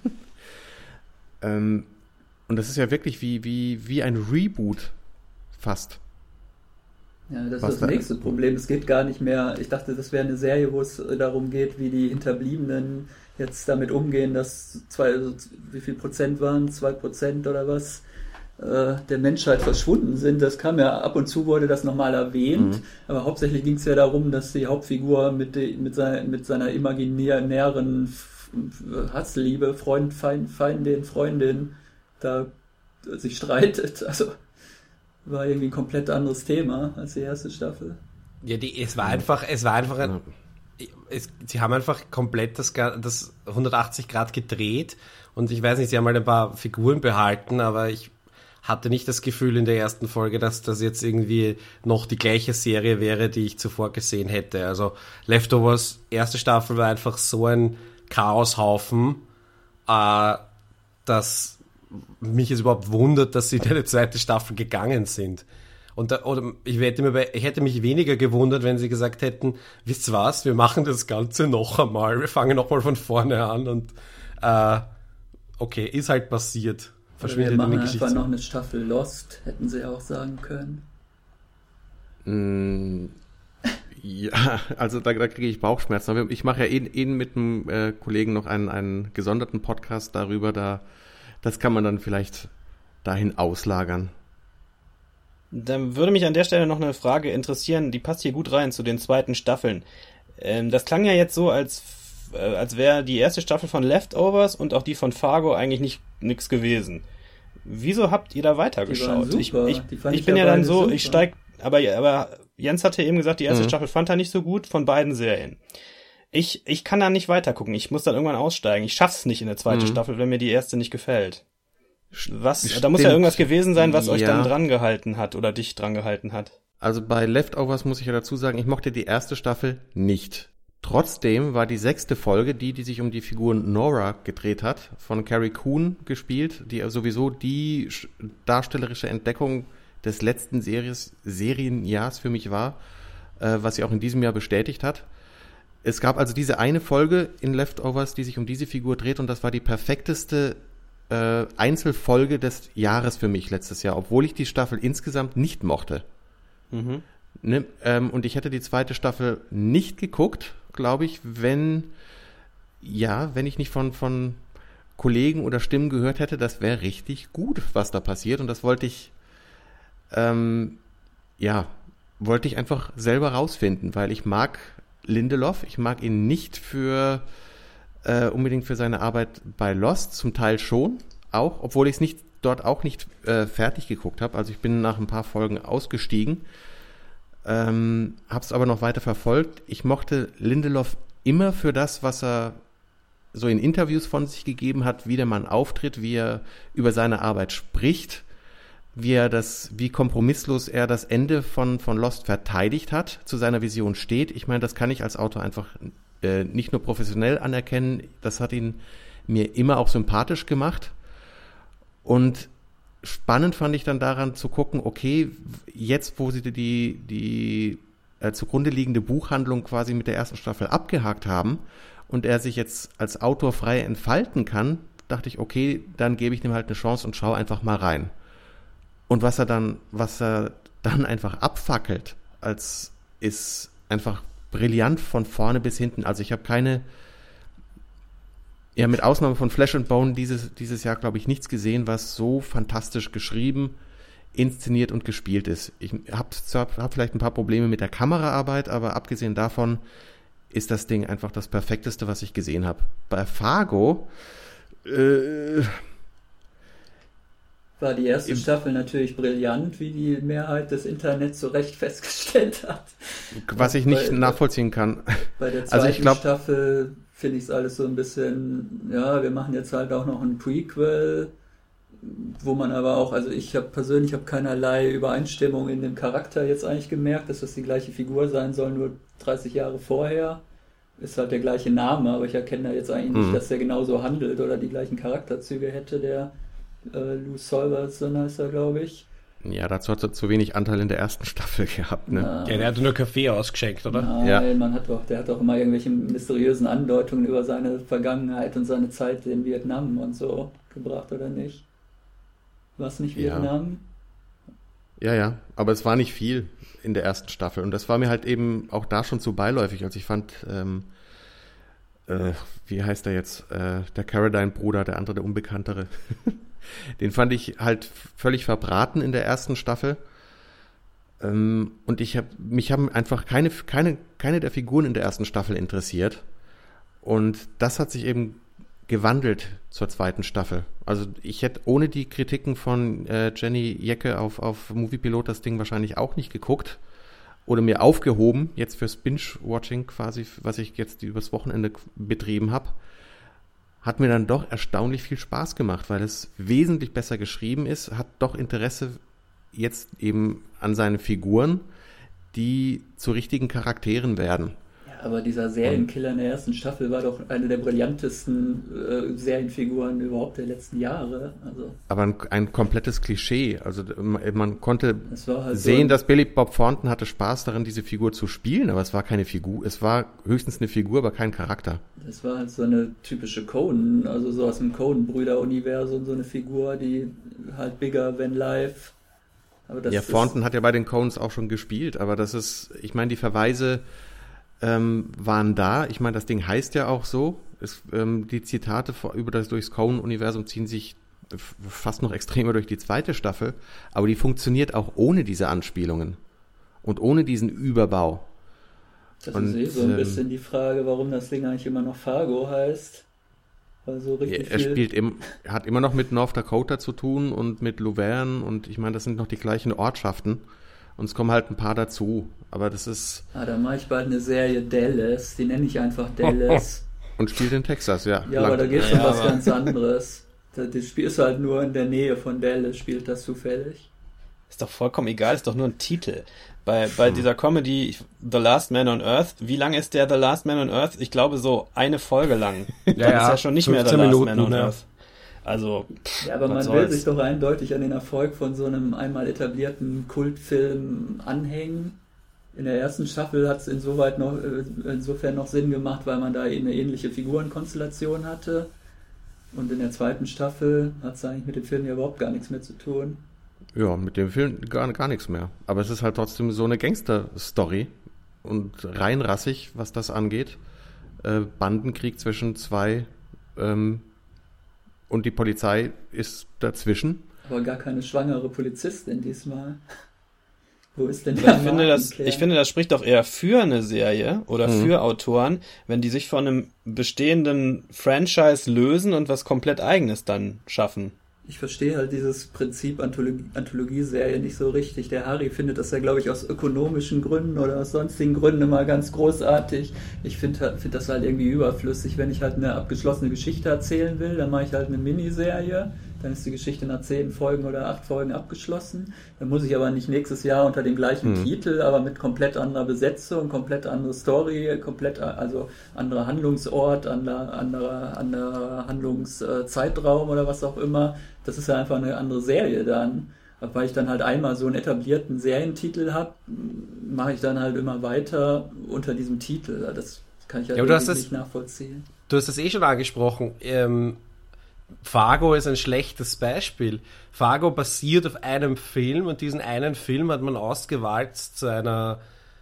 Und das ist ja wirklich wie ein Reboot fast. Ja, das ist das nächste Problem. Es geht gar nicht mehr. Ich dachte, das wäre eine Serie, wo es darum geht, wie die Hinterbliebenen jetzt damit umgehen, dass wie viel Prozent waren? 2% oder was? Der Menschheit verschwunden sind. Das kam ja, ab und zu wurde das nochmal erwähnt, aber hauptsächlich ging es ja darum, dass die Hauptfigur mit seiner imaginären Hassliebe, Freundin, da sich streitet. Also war irgendwie ein komplett anderes Thema als die erste Staffel. Ja, es war einfach sie haben einfach komplett das 180 Grad gedreht und ich weiß nicht, sie haben halt ein paar Figuren behalten, aber ich hatte nicht das Gefühl in der ersten Folge, dass das jetzt irgendwie noch die gleiche Serie wäre, die ich zuvor gesehen hätte. Also Leftovers erste Staffel war einfach so ein Chaoshaufen, dass mich es überhaupt wundert, dass sie in eine zweite Staffel gegangen sind. Ich hätte mich weniger gewundert, wenn sie gesagt hätten, wisst ihr was, wir machen das Ganze noch einmal, wir fangen nochmal von vorne an und okay, ist halt passiert. Verschwindet wir machen einfach noch eine Staffel Lost, hätten sie auch sagen können. Ja, also da kriege ich Bauchschmerzen. Ich mache ja mit einem Kollegen noch einen gesonderten Podcast darüber, das kann man dann vielleicht dahin auslagern. Dann würde mich an der Stelle noch eine Frage interessieren, die passt hier gut rein zu den zweiten Staffeln. Das klang ja jetzt so, als wäre die erste Staffel von Leftovers und auch die von Fargo eigentlich nichts gewesen. Wieso habt ihr da weitergeschaut? Ich bin ja dann so, super. Aber Jens hatte eben gesagt, die erste Staffel fand er nicht so gut von beiden Serien. Ich kann da nicht weitergucken, ich muss dann irgendwann aussteigen. Ich schaff's nicht in der zweiten Staffel, wenn mir die erste nicht gefällt. Da muss ja irgendwas gewesen sein, was euch dann dran gehalten hat oder dich dran gehalten hat. Also bei Leftovers muss ich ja dazu sagen, ich mochte die erste Staffel nicht. Trotzdem war die 6. Folge, die sich um die Figur Nora gedreht hat, von Carrie Coon gespielt, die sowieso die darstellerische Entdeckung des letzten Serienjahrs für mich war, was sie auch in diesem Jahr bestätigt hat. Es gab also diese eine Folge in Leftovers, die sich um diese Figur dreht und das war die perfekteste Einzelfolge des Jahres für mich letztes Jahr, obwohl ich die Staffel insgesamt nicht mochte. Ne, und ich hätte die zweite Staffel nicht geguckt, glaube ich, wenn ich nicht von Kollegen oder Stimmen gehört hätte, das wäre richtig gut, was da passiert. Und das wollte ich einfach selber rausfinden, weil ich mag Lindelof, ich mag ihn nicht unbedingt für seine Arbeit bei Lost, zum Teil schon, auch, obwohl ich es dort auch nicht fertig geguckt habe. Also ich bin nach ein paar Folgen ausgestiegen, habe es aber noch weiter verfolgt. Ich mochte Lindelof immer für das, was er so in Interviews von sich gegeben hat, wie der Mann auftritt, wie er über seine Arbeit spricht, wie kompromisslos er das Ende von Lost verteidigt hat, zu seiner Vision steht. Ich meine, das kann ich als Autor einfach nicht nur professionell anerkennen, das hat ihn mir immer auch sympathisch gemacht. Und spannend fand ich dann daran zu gucken, okay, jetzt wo sie die zugrunde liegende Buchhandlung quasi mit der ersten Staffel abgehakt haben und er sich jetzt als Autor frei entfalten kann, dachte ich, okay, dann gebe ich dem halt eine Chance und schaue einfach mal rein. Und was er dann einfach abfackelt, ist einfach brillant von vorne bis hinten. Also ich habe mit Ausnahme von Flesh and Bone dieses Jahr, glaube ich, nichts gesehen, was so fantastisch geschrieben, inszeniert und gespielt ist. Ich habe vielleicht ein paar Probleme mit der Kameraarbeit, aber abgesehen davon ist das Ding einfach das Perfekteste, was ich gesehen habe. Bei Fargo war die erste Staffel natürlich brillant, wie die Mehrheit des Internets zu Recht festgestellt hat. Was ich nicht nachvollziehen kann. Bei der zweiten Staffel finde ich es alles so ein bisschen, wir machen jetzt halt auch noch ein Prequel, wo man aber auch, also ich habe persönlich keinerlei Übereinstimmung in dem Charakter jetzt eigentlich gemerkt, dass das die gleiche Figur sein soll, nur 30 Jahre vorher. Ist halt der gleiche Name, aber ich erkenne da jetzt eigentlich nicht, dass der genauso handelt oder die gleichen Charakterzüge hätte, der Lou Solverson heißt er, glaube ich. Ja, dazu hat er zu wenig Anteil in der ersten Staffel gehabt, ne? Ja, der hatte nur Kaffee ausgeschenkt, oder? Nein, Ja. der hat auch immer irgendwelche mysteriösen Andeutungen über seine Vergangenheit und seine Zeit in Vietnam und so gebracht, oder nicht? War es nicht Ja. Vietnam? Ja, aber es war nicht viel in der ersten Staffel und das war mir halt eben auch da schon zu beiläufig. Also ich fand, wie heißt der jetzt, der Carradine-Bruder, der andere, der Unbekanntere, den fand ich halt völlig verbraten in der ersten Staffel. Und mich haben einfach keine der Figuren in der ersten Staffel interessiert. Und das hat sich eben gewandelt zur zweiten Staffel. Also ich hätte ohne die Kritiken von Jenny Jecke auf Moviepilot das Ding wahrscheinlich auch nicht geguckt oder mir aufgehoben, jetzt fürs Binge-Watching quasi, was ich jetzt übers Wochenende betrieben habe. Hat mir dann doch erstaunlich viel Spaß gemacht, weil es wesentlich besser geschrieben ist, hat doch Interesse jetzt eben an seinen Figuren, die zu richtigen Charakteren werden. Ja, aber dieser Serienkiller in der ersten Staffel war doch eine der brillantesten Serienfiguren überhaupt der letzten Jahre. Also, Aber ein komplettes Klischee. Also man konnte es war halt sehen, so, dass Billy Bob Thornton hatte Spaß daran, diese Figur zu spielen, aber es war keine Figur. Es war höchstens eine Figur, aber kein Charakter. das war halt so eine typische Coen, also so aus dem Coen-Brüder-Universum, so eine Figur, die halt bigger than life. Aber das Ja, ist, Thornton hat ja bei den Coens auch schon gespielt, aber das ist, ich meine, die Verweise waren da. Ich meine, das Ding heißt ja auch so. Die Zitate durchs Coen-Universum ziehen sich fast noch extremer durch die zweite Staffel, aber die funktioniert auch ohne diese Anspielungen und ohne diesen Überbau. das und, ist eh so ein bisschen die Frage, warum das Ding eigentlich immer noch Fargo heißt. Weil so richtig Er hat immer noch mit North Dakota zu tun und mit Luverne und ich meine, das sind noch die gleichen Ortschaften und es kommen halt ein paar dazu, aber das ist... da mache ich bald eine Serie Dallas, die nenne ich einfach Dallas. Und spielt in Texas, ja. Ja, aber da geht es um Ja, was aber- ganz anderes. Das Spiel ist halt nur in der Nähe von Dallas, spielt das zufällig. Ist doch vollkommen egal, ist doch nur ein Titel. Bei dieser Comedy The Last Man on Earth, wie lang ist der The Last Man on Earth? Ich glaube so eine Folge lang. Dann ist ja schon nicht mehr The 15 Last Minuten, Man on ja. Earth. Also, Ja, aber was man will soll's. sich doch eindeutig an den Erfolg von so einem einmal etablierten Kultfilm anhängen. In der ersten Staffel hat es insofern noch Sinn gemacht, weil man da eine ähnliche Figurenkonstellation hatte. Und in der zweiten Staffel hat es eigentlich mit dem Film ja überhaupt gar nichts mehr zu tun. Ja, mit dem Film gar nichts mehr. Aber es ist halt trotzdem so eine Gangster-Story und rein rassig, was das angeht. Bandenkrieg zwischen zwei und die Polizei ist dazwischen. Aber gar keine schwangere Polizistin diesmal. Wo ist denn der Ich finde, das spricht doch eher für eine Serie oder für Autoren, wenn die sich von einem bestehenden Franchise lösen und was komplett Eigenes dann schaffen. Ich verstehe halt dieses Prinzip Anthologieserie nicht so richtig. Der Harry findet das ja, glaube ich, aus ökonomischen Gründen oder aus sonstigen Gründen immer ganz großartig. Ich finde das halt irgendwie überflüssig. Wenn ich halt eine abgeschlossene Geschichte erzählen will, dann mache ich halt eine Miniserie. Dann ist die Geschichte nach 10 Folgen oder 8 Folgen abgeschlossen. Dann muss ich aber nicht nächstes Jahr unter dem gleichen Titel, aber mit komplett anderer Besetzung, komplett andere Story, also anderer Handlungsort, anderer Handlungszeitraum oder was auch immer. Das ist ja einfach eine andere Serie dann. Weil ich dann halt einmal so einen etablierten Serientitel habe, mache ich dann halt immer weiter unter diesem Titel. Das kann ich halt Ja, aber irgendwie nicht nachvollziehen. Du hast das eh schon angesprochen. Fargo ist ein schlechtes Beispiel. Fargo basiert auf einem Film und diesen einen Film hat man ausgewalzt zu einer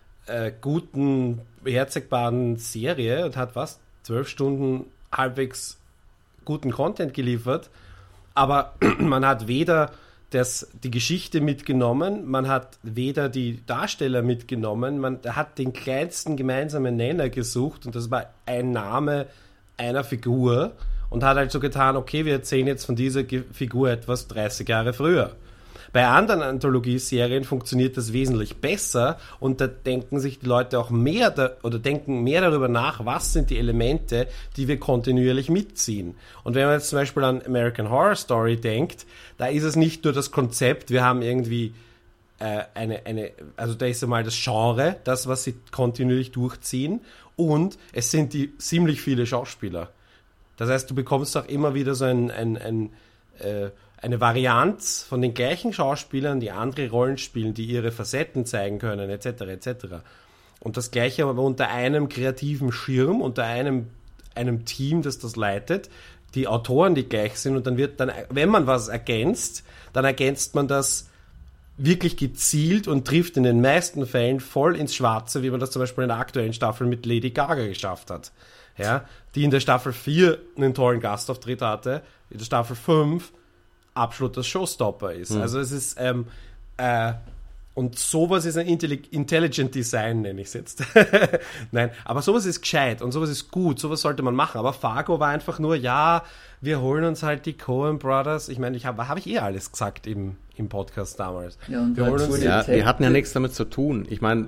guten, herzegbaren Serie und hat 12 Stunden halbwegs guten Content geliefert. Aber man hat weder die Geschichte mitgenommen, man hat weder die Darsteller mitgenommen, man hat den kleinsten gemeinsamen Nenner gesucht und das war ein Name einer Figur und hat halt so getan, okay, wir erzählen jetzt von dieser Figur etwas 30 Jahre früher. Bei anderen Anthologieserien funktioniert das wesentlich besser und da denken sich die Leute auch denken mehr darüber nach, was sind die Elemente, die wir kontinuierlich mitziehen. Und wenn man jetzt zum Beispiel an American Horror Story denkt, da ist es nicht nur das Konzept, wir haben irgendwie also da ist einmal das Genre, das, was sie kontinuierlich durchziehen und es sind die ziemlich viele Schauspieler. Das heißt, du bekommst auch immer wieder so ein eine Varianz von den gleichen Schauspielern, die andere Rollen spielen, die ihre Facetten zeigen können, etc., etc. Und das Gleiche aber unter einem kreativen Schirm, unter einem Team, das leitet, die Autoren, die gleich sind, und dann wenn man was ergänzt, dann ergänzt man das wirklich gezielt und trifft in den meisten Fällen voll ins Schwarze, wie man das zum Beispiel in der aktuellen Staffel mit Lady Gaga geschafft hat. Ja, die in der Staffel 4 einen tollen Gastauftritt hatte, in der Staffel 5 absoluter Showstopper ist. Also es ist und sowas ist ein Intelligent Design, nenne ich es jetzt. Nein, aber sowas ist gescheit und sowas ist gut, sowas sollte man machen. Aber Fargo war einfach nur, ja, wir holen uns halt die Coen Brothers. Ich meine, hab ich alles gesagt im Podcast damals. Ja, und die hatten ja nichts damit zu tun. Ich meine,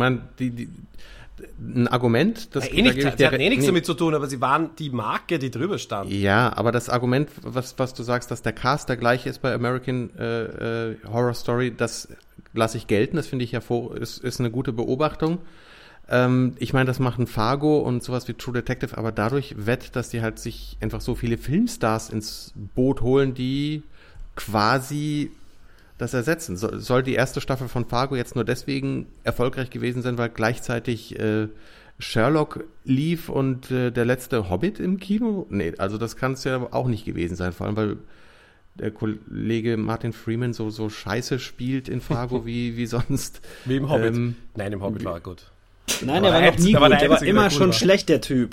ein Argument, das sie hatten nichts damit zu tun, aber sie waren die Marke, die drüber stand. Ja, aber das Argument, was du sagst, dass der Cast der gleiche ist bei American Horror Story, das lasse ich gelten. Das finde ich ist eine gute Beobachtung. Ich meine, das machen Fargo und sowas wie True Detective, aber dadurch dass die halt sich einfach so viele Filmstars ins Boot holen, die quasi das ersetzen. Soll die erste Staffel von Fargo jetzt nur deswegen erfolgreich gewesen sein, weil gleichzeitig Sherlock lief und der letzte Hobbit im Kino? Nee, also das kann es ja auch nicht gewesen sein, vor allem weil der Kollege Martin Freeman so scheiße spielt in Fargo wie sonst. Wie im Hobbit. Nein, im Hobbit war er gut. Nein, der war noch nie gut. Der war immer schon schlecht, der Typ.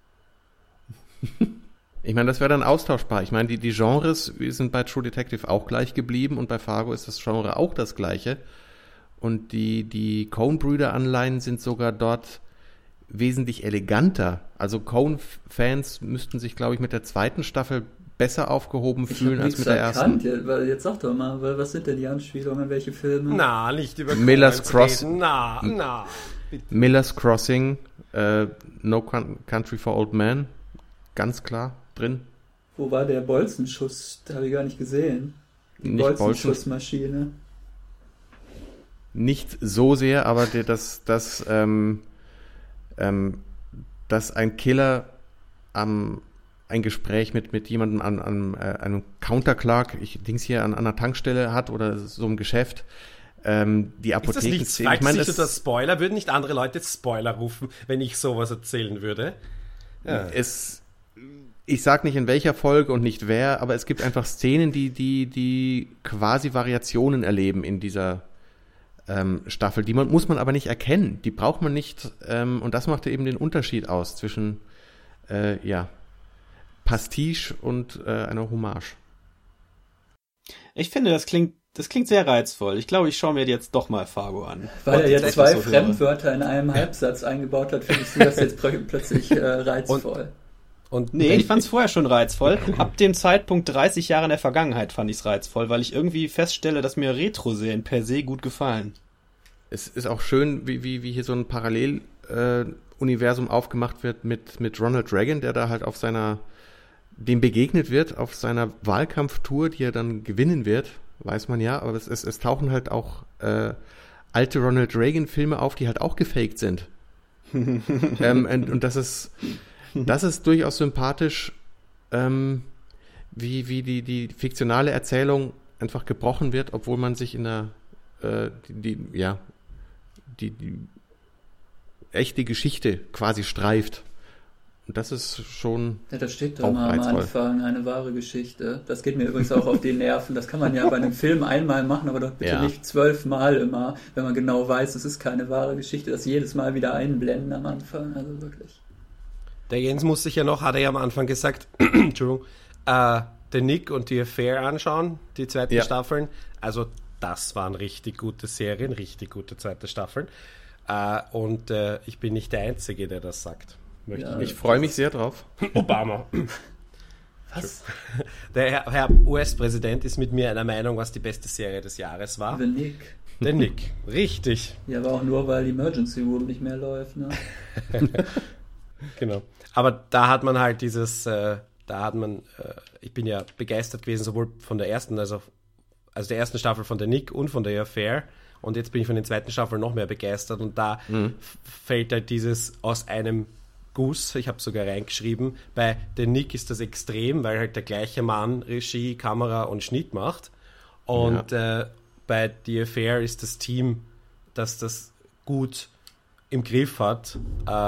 Ich meine, das wäre dann austauschbar. Ich meine, die Genres sind bei True Detective auch gleich geblieben und bei Fargo ist das Genre auch das gleiche. Und die Coen-Brüder-Anleihen sind sogar dort wesentlich eleganter. Also Coen-Fans müssten sich, glaube ich, mit der zweiten Staffel besser aufgehoben fühlen als mit der ersten. Jetzt sag doch mal, was sind denn die Anspielungen, welche Filme? Na, nicht über Miller's Crossing. Bitte. Miller's Crossing, No Country for Old Men, ganz klar drin. Wo war der Bolzenschuss? Da habe ich gar nicht gesehen. Die Bolzenschussmaschine. Nicht so sehr, aber dass ein Killer ein Gespräch mit jemandem an einem Counterclerk, an einer Tankstelle hat oder so einem Geschäft, die Apotheken. Ist das nicht das Spoiler? Würden nicht andere Leute Spoiler rufen, wenn ich sowas erzählen würde? Ja. Ich sag nicht in welcher Folge und nicht wer, aber es gibt einfach Szenen, die quasi Variationen erleben in dieser Staffel. Die muss man aber nicht erkennen. Die braucht man nicht. Und das macht eben den Unterschied aus zwischen Pastiche und einer Hommage. Ich finde, das klingt sehr reizvoll. Ich glaube, ich schaue mir jetzt doch mal Fargo an. Weil er jetzt 2 Fremdwörter in einem Halbsatz eingebaut hat, findest du das jetzt plötzlich reizvoll. Nee, ich fand es vorher schon reizvoll. Ab dem Zeitpunkt 30 Jahre in der Vergangenheit fand ich es reizvoll, weil ich irgendwie feststelle, dass mir Retro-Serien per se gut gefallen. Es ist auch schön, wie hier so ein Paralleluniversum aufgemacht wird mit Ronald Reagan, der da halt dem begegnet wird auf seiner Wahlkampftour, die er dann gewinnen wird, weiß man ja, aber es tauchen halt auch alte Ronald Reagan-Filme auf, die halt auch gefaked sind. Und das ist durchaus sympathisch, wie die fiktionale Erzählung einfach gebrochen wird, obwohl man sich in die echte Geschichte quasi streift. Und das ist schon. Ja, da steht doch mal am Anfang eine wahre Geschichte. Das geht mir übrigens auch auf die Nerven. Das kann man ja bei einem Film einmal machen, aber doch bitte nicht 12 Mal immer, wenn man genau weiß, es ist keine wahre Geschichte, das jedes Mal wieder einblenden am Anfang. Also wirklich. Der Jens hat er ja am Anfang gesagt, Entschuldigung, den Nick und die Affair anschauen, die zweiten Staffeln. Also das waren richtig gute Serien, richtig gute zweite Staffeln. Und ich bin nicht der Einzige, der das sagt. Ich freue mich sehr drauf. Obama. Was? Der Herr US-Präsident ist mit mir einer Meinung, was die beste Serie des Jahres war. Der Nick, richtig. Ja, aber auch nur, weil Emergency Room nicht mehr läuft, ne? Genau. Aber da hat man halt ich bin ja begeistert gewesen, sowohl von der ersten, also der ersten Staffel von der Nick und von der Affair. Und jetzt bin ich von den zweiten Staffeln noch mehr begeistert. Und da fällt halt dieses aus einem Gus, ich habe sogar reingeschrieben, bei The Nick ist das extrem, weil halt der gleiche Mann Regie, Kamera und Schnitt macht. Und bei The Affair ist das Team, das das gut im Griff hat.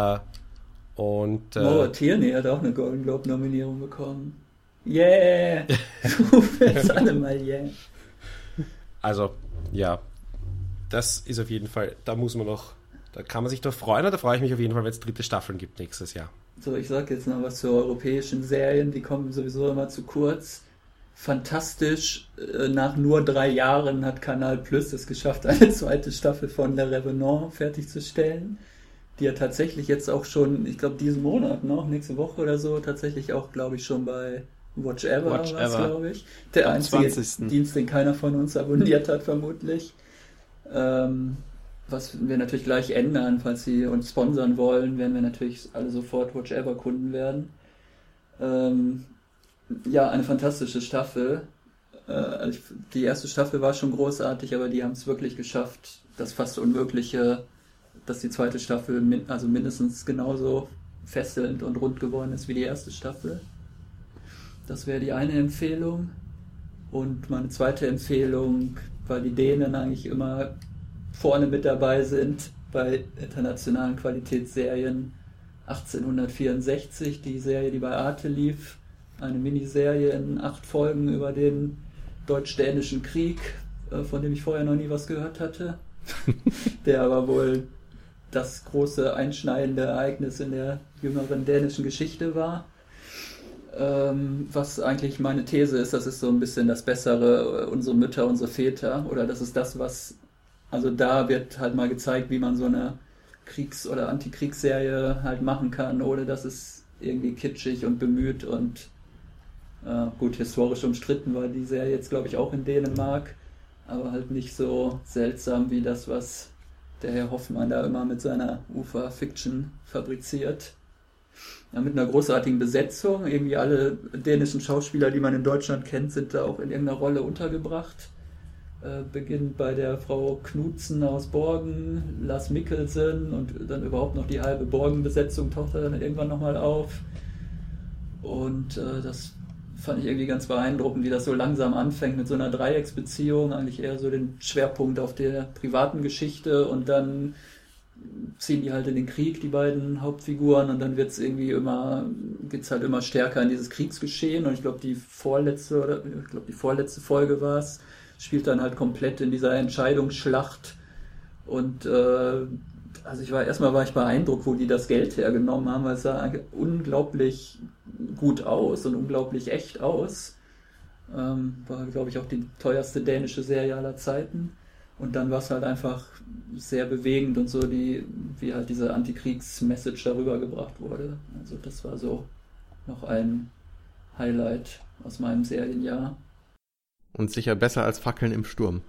Maura Tierney hat auch eine Golden Globe-Nominierung bekommen. Yeah! Jetzt alle mal yeah. Also, ja, das ist auf jeden Fall, da kann man sich doch freuen, und da freue ich mich auf jeden Fall, wenn es 3. Staffeln gibt nächstes Jahr. So, ich sag jetzt noch was zu europäischen Serien, die kommen sowieso immer zu kurz. Fantastisch, nach nur 3 Jahren hat Kanal Plus es geschafft, eine 2. Staffel von Le Revenant fertigzustellen, die ja tatsächlich jetzt auch schon, ich glaube diesen Monat noch, nächste Woche oder so, tatsächlich auch, glaube ich, schon bei Watch Ever, glaube ich. Der einzige 20. Dienst, den keiner von uns abonniert hat, vermutlich. Was wir natürlich gleich ändern, falls sie uns sponsern wollen, werden wir natürlich alle sofort Watch Ever Kunden werden. Ja, eine fantastische Staffel. Die erste Staffel war schon großartig, aber die haben es wirklich geschafft, das fast Unmögliche, dass die 2. Staffel mindestens genauso fesselnd und rund geworden ist wie die erste Staffel. Das wäre die eine Empfehlung. Und meine zweite Empfehlung, weil die Dänen eigentlich immer vorne mit dabei sind bei internationalen Qualitätsserien, 1864, die Serie, die bei Arte lief, eine Miniserie in 8 Folgen über den Deutsch-Dänischen Krieg, von dem ich vorher noch nie was gehört hatte, der aber wohl das große einschneidende Ereignis in der jüngeren dänischen Geschichte war. Was eigentlich meine These ist, das ist so ein bisschen das Bessere, unsere Mütter, unsere Väter, oder das ist das, was, also da wird halt mal gezeigt, wie man so eine Kriegs- oder Antikriegsserie halt machen kann, ohne dass es irgendwie kitschig und bemüht und gut, historisch umstritten war die Serie jetzt, glaube ich, auch in Dänemark, aber halt nicht so seltsam wie das, was der Herr Hoffmann da immer mit seiner Ufer-Fiction fabriziert. Ja, mit einer großartigen Besetzung. Irgendwie alle dänischen Schauspieler, die man in Deutschland kennt, sind da auch in irgendeiner Rolle untergebracht. Beginnt bei der Frau Knudsen aus Borgen, Lars Mikkelsen und dann überhaupt noch die halbe Borgen-Besetzung taucht dann irgendwann nochmal auf. Und das fand ich irgendwie ganz beeindruckend, wie das so langsam anfängt mit so einer Dreiecksbeziehung, eigentlich eher so den Schwerpunkt auf der privaten Geschichte, und dann ziehen die halt in den Krieg, die beiden Hauptfiguren, und dann geht's halt immer stärker in dieses Kriegsgeschehen, und ich glaube die vorletzte Folge war es, spielt dann halt komplett in dieser Entscheidungsschlacht, und also erstmal war ich beeindruckt, wo die das Geld hergenommen haben, weil es sah unglaublich gut aus und unglaublich echt aus. War, glaube ich, auch die teuerste dänische Serie aller Zeiten. Und dann war es halt einfach sehr bewegend und so, wie halt diese Antikriegs-Message darüber gebracht wurde. Also das war so noch ein Highlight aus meinem Serienjahr. Und sicher besser als Fackeln im Sturm.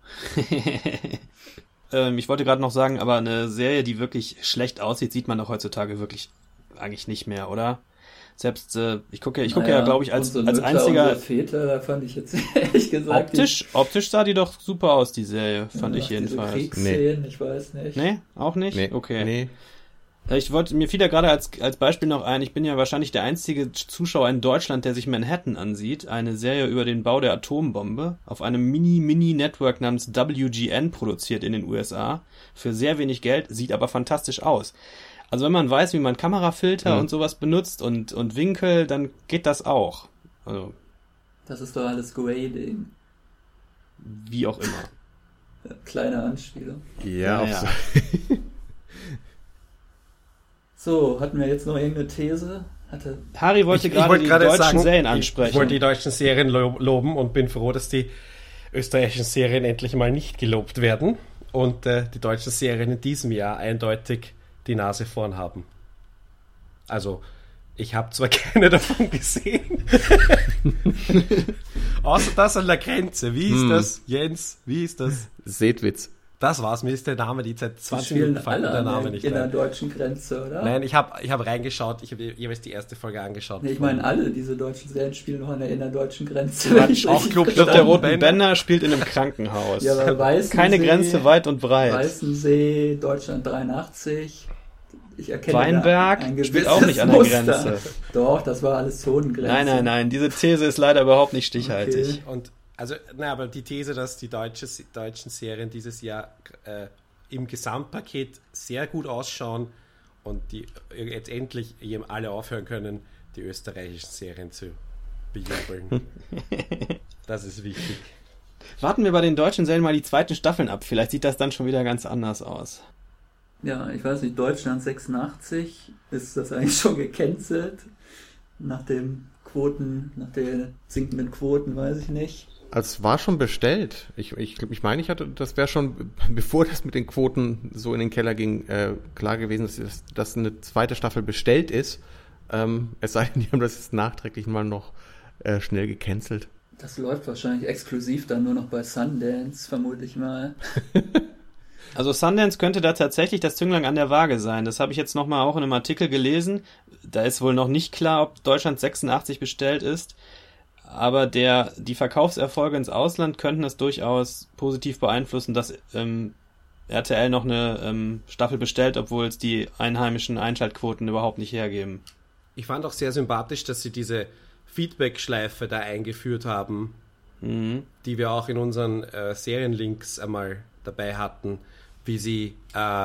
Ich wollte gerade noch sagen, aber eine Serie, die wirklich schlecht aussieht, sieht man doch heutzutage wirklich eigentlich nicht mehr, oder? Selbst, ich gucke ja, glaube ich, als einziger... Väter, da fand ich jetzt ehrlich gesagt... Optisch sah die doch super aus, die Serie, fand ich jedenfalls. Kriegsszenen, ich weiß nicht. Nee, auch nicht? Nee. Okay. Nee. Mir fiel da gerade als Beispiel noch ein, ich bin ja wahrscheinlich der einzige Zuschauer in Deutschland, der sich Manhattan ansieht, eine Serie über den Bau der Atombombe, auf einem Mini-Network namens WGN produziert in den USA, für sehr wenig Geld, sieht aber fantastisch aus. Also wenn man weiß, wie man Kamerafilter und sowas benutzt und Winkel, dann geht das auch. Also, das ist doch alles Grading. Wie auch immer. Kleine Anspielung. Ja. So, hatten wir jetzt noch irgendeine These? Harry wollte gerade die deutschen Serien ansprechen. Ich wollte die deutschen Serien loben und bin froh, dass die österreichischen Serien endlich mal nicht gelobt werden und die deutschen Serien in diesem Jahr eindeutig die Nase vorn haben. Also, ich habe zwar keine davon gesehen. Außer das an der Grenze. Wie ist das, Jens? Wie ist das? Sehtwitz. Das war's, mir ist der Name, die seit 20 Minuten Minuten fällt der Name nicht in der deutschen Grenze, oder? Nein, ich hab reingeschaut, ich habe jeweils die erste Folge angeschaut. Nee, ich meine, alle diese deutschen Serien spielen noch in der deutschen Grenze. Auch Club der Roten Bänder spielt in einem Krankenhaus. Ja, aber keine Grenze weit und breit. Weißensee, Deutschland 83, ich erkenne Weinberg ein spielt auch nicht an der Muster. Grenze. Doch, das war alles Zonengrenze. Nein, diese These ist leider überhaupt nicht stichhaltig. Okay. Und also, aber die These, dass die deutschen Serien dieses Jahr im Gesamtpaket sehr gut ausschauen und die jetzt endlich alle aufhören können, die österreichischen Serien zu bejubeln. Das ist wichtig. Warten wir bei den deutschen Serien mal die zweiten Staffeln ab. Vielleicht sieht das dann schon wieder ganz anders aus. Ja, ich weiß nicht, Deutschland 86, ist das eigentlich schon gecancelt? Nach den sinkenden Quoten, weiß ich nicht. Es war schon bestellt. Ich meine, das wäre schon, bevor das mit den Quoten so in den Keller ging, klar gewesen, dass eine zweite Staffel bestellt ist. Es sei denn, die haben das jetzt nachträglich mal noch schnell gecancelt. Das läuft wahrscheinlich exklusiv dann nur noch bei Sundance, vermute ich mal. Also Sundance könnte da tatsächlich das Zünglein an der Waage sein. Das habe ich jetzt nochmal auch in einem Artikel gelesen. Da ist wohl noch nicht klar, ob Deutschland 86 bestellt ist. Aber die Verkaufserfolge ins Ausland könnten es durchaus positiv beeinflussen, dass RTL noch eine Staffel bestellt, obwohl es die einheimischen Einschaltquoten überhaupt nicht hergeben. Ich fand auch sehr sympathisch, dass sie diese Feedback-Schleife da eingeführt haben, die wir auch in unseren Serienlinks einmal dabei hatten, wie sie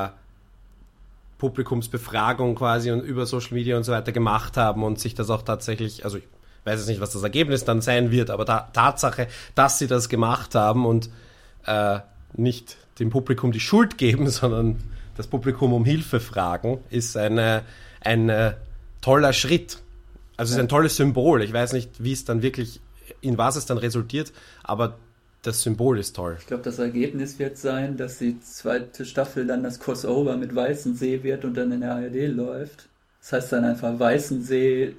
Publikumsbefragung quasi und über Social Media und so weiter gemacht haben und sich das auch tatsächlich, also ich weiß jetzt nicht, was das Ergebnis dann sein wird, aber Tatsache, dass sie das gemacht haben und nicht dem Publikum die Schuld geben, sondern das Publikum um Hilfe fragen, ist ein toller Schritt. Also es ist ein tolles Symbol. Ich weiß nicht, wie es dann wirklich, in was es dann resultiert, aber das Symbol ist toll. Ich glaube, das Ergebnis wird sein, dass die zweite Staffel dann das Crossover mit Weißensee wird und dann in der ARD läuft. Das heißt dann einfach Weißensee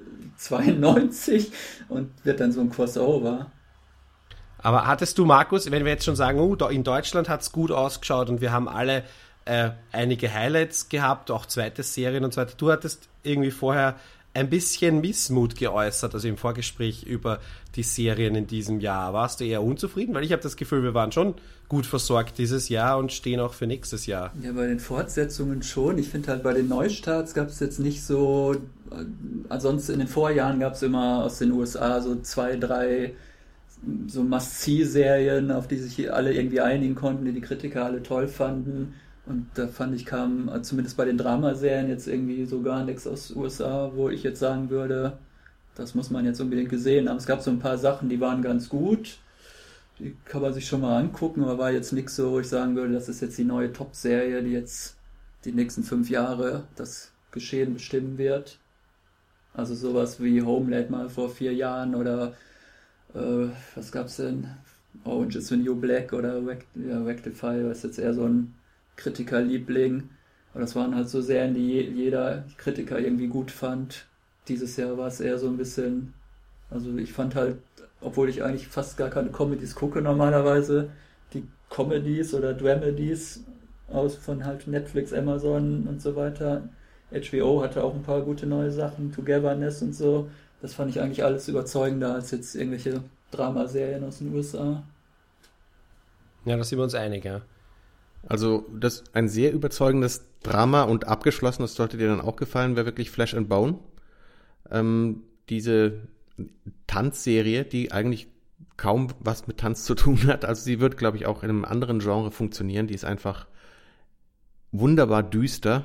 92 und wird dann so ein Crossover. Aber hattest du, Markus, wenn wir jetzt schon sagen, in Deutschland hat es gut ausgeschaut und wir haben alle einige Highlights gehabt, auch zweite Serien und so weiter. Du hattest irgendwie vorher ein bisschen Missmut geäußert, also im Vorgespräch über die Serien in diesem Jahr. Warst du eher unzufrieden? Weil ich habe das Gefühl, wir waren schon gut versorgt dieses Jahr und stehen auch für nächstes Jahr. Ja, bei den Fortsetzungen schon. Ich finde halt, bei den Neustarts gab es jetzt nicht so, ansonsten in den Vorjahren gab es immer aus den USA so 2, 3 so Must-See-Serien, auf die sich alle irgendwie einigen konnten, die Kritiker alle toll fanden. Und da fand ich, kam zumindest bei den Dramaserien jetzt irgendwie so gar nichts aus USA, wo ich jetzt sagen würde, das muss man jetzt unbedingt gesehen haben. Es gab so ein paar Sachen, die waren ganz gut, die kann man sich schon mal angucken, aber war jetzt nichts so, wo ich sagen würde, das ist jetzt die neue Top-Serie, die jetzt die nächsten 5 Jahre das Geschehen bestimmen wird. Also sowas wie Homeland mal vor 4 Jahren oder was gab's denn? Orange is the New Black oder Rectify, was jetzt eher so ein Kritikerliebling. Aber das waren halt so Serien, die jeder Kritiker irgendwie gut fand. Dieses Jahr war es eher so ein bisschen, also ich fand halt, obwohl ich eigentlich fast gar keine Comedies gucke normalerweise, die Comedies oder Dramedies von halt Netflix, Amazon und so weiter. HBO hatte auch ein paar gute neue Sachen, Togetherness und so. Das fand ich eigentlich alles überzeugender als jetzt irgendwelche Dramaserien aus den USA. Ja, da sind wir uns einig, ja. Also das ein sehr überzeugendes Drama und abgeschlossen, das sollte dir dann auch gefallen, wäre wirklich Flesh and Bone. Diese Tanzserie, die eigentlich kaum was mit Tanz zu tun hat. Also sie wird, glaube ich, auch in einem anderen Genre funktionieren. Die ist einfach wunderbar düster.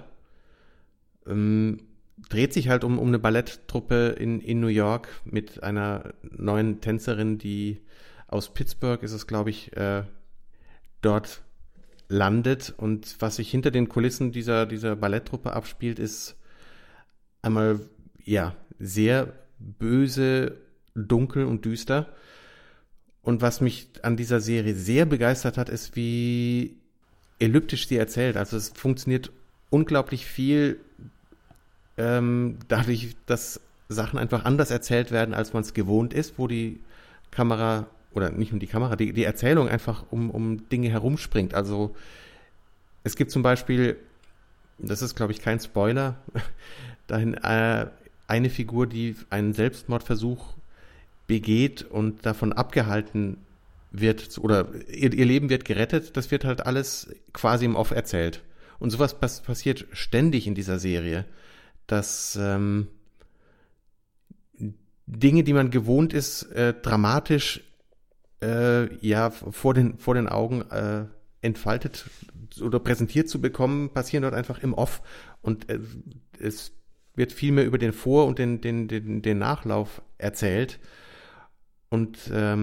Dreht sich halt um eine Balletttruppe in New York mit einer neuen Tänzerin, die aus Pittsburgh ist es, glaube ich, dort landet. Und was sich hinter den Kulissen dieser Balletttruppe abspielt, ist einmal, ja, sehr böse, dunkel und düster. Und was mich an dieser Serie sehr begeistert hat, ist, wie elliptisch sie erzählt. Also es funktioniert unglaublich viel dadurch, dass Sachen einfach anders erzählt werden, als man es gewohnt ist, wo die Kamera, oder nicht nur die Kamera, die Erzählung einfach um Dinge herumspringt. Also es gibt zum Beispiel, das ist, glaube ich, kein Spoiler, dahin eine Figur, die einen Selbstmordversuch begeht und davon abgehalten wird, oder ihr Leben wird gerettet, das wird halt alles quasi im Off erzählt. Und sowas passiert ständig in dieser Serie, dass Dinge, die man gewohnt ist, dramatisch vor den Augen entfaltet oder präsentiert zu bekommen, passieren dort einfach im Off. Und es wird viel mehr über den Vor- und den Nachlauf erzählt. Und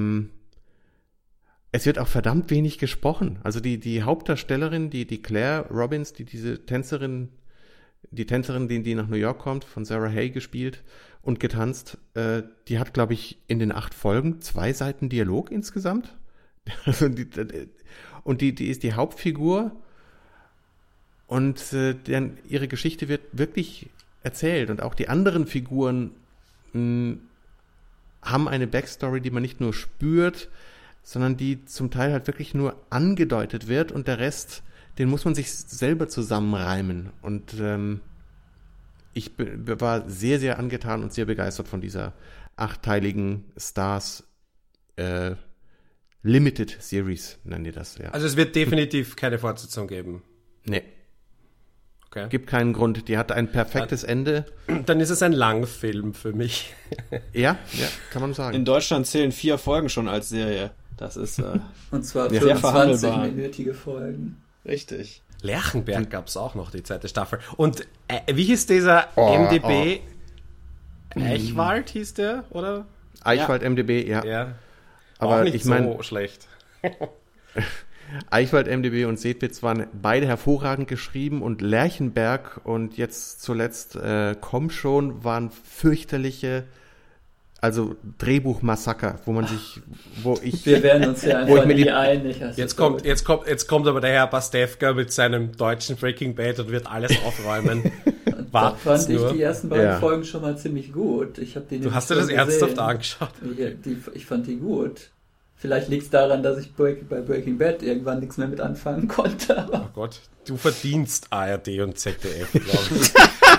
es wird auch verdammt wenig gesprochen. Also die Hauptdarstellerin, die Claire Robbins, die Tänzerin, die nach New York kommt, von Sarah Hay gespielt und getanzt, die hat, glaube ich, in den 8 Folgen 2 Seiten Dialog insgesamt. Also die ist die Hauptfigur und ihre Geschichte wird wirklich erzählt. Und auch die anderen Figuren haben eine Backstory, die man nicht nur spürt, sondern die zum Teil halt wirklich nur angedeutet wird und der Rest, den muss man sich selber zusammenreimen. Und ich war sehr, sehr angetan und sehr begeistert von dieser 8-teiligen Stars Limited Series, nennen die das, ja. Also es wird definitiv keine Fortsetzung geben. Nee. Okay. Gibt keinen Grund. Die hat ein perfektes Ende. Dann ist es ein Langfilm für mich. Ja, kann man sagen. In Deutschland zählen 4 Folgen schon als Serie. Das ist und zwar sehr verhandelbar. 25-minütige Folgen. Richtig. Lerchenberg gab es auch noch, die zweite Staffel. Und wie hieß dieser MDB? Eichwald hieß der, oder? Eichwald, MDB, ja. Ja. Aber auch nicht ich meine, so schlecht. Eichwald, MDB und Sedwitz waren beide hervorragend geschrieben und Lerchenberg und jetzt zuletzt Komm schon waren fürchterliche, also Drehbuchmassaker, wir werden uns ja einfach nie einig. Jetzt kommt aber der Herr Pastewka mit seinem deutschen Breaking Bad und wird alles aufräumen. Da fand ich die ersten beiden Folgen schon mal ziemlich gut. Du hast dir das ernsthaft angeschaut? Ich fand die gut. Vielleicht liegt es daran, dass ich bei Breaking Bad irgendwann nichts mehr mit anfangen konnte. Aber oh Gott, du verdienst ARD und ZDF, glaube ich.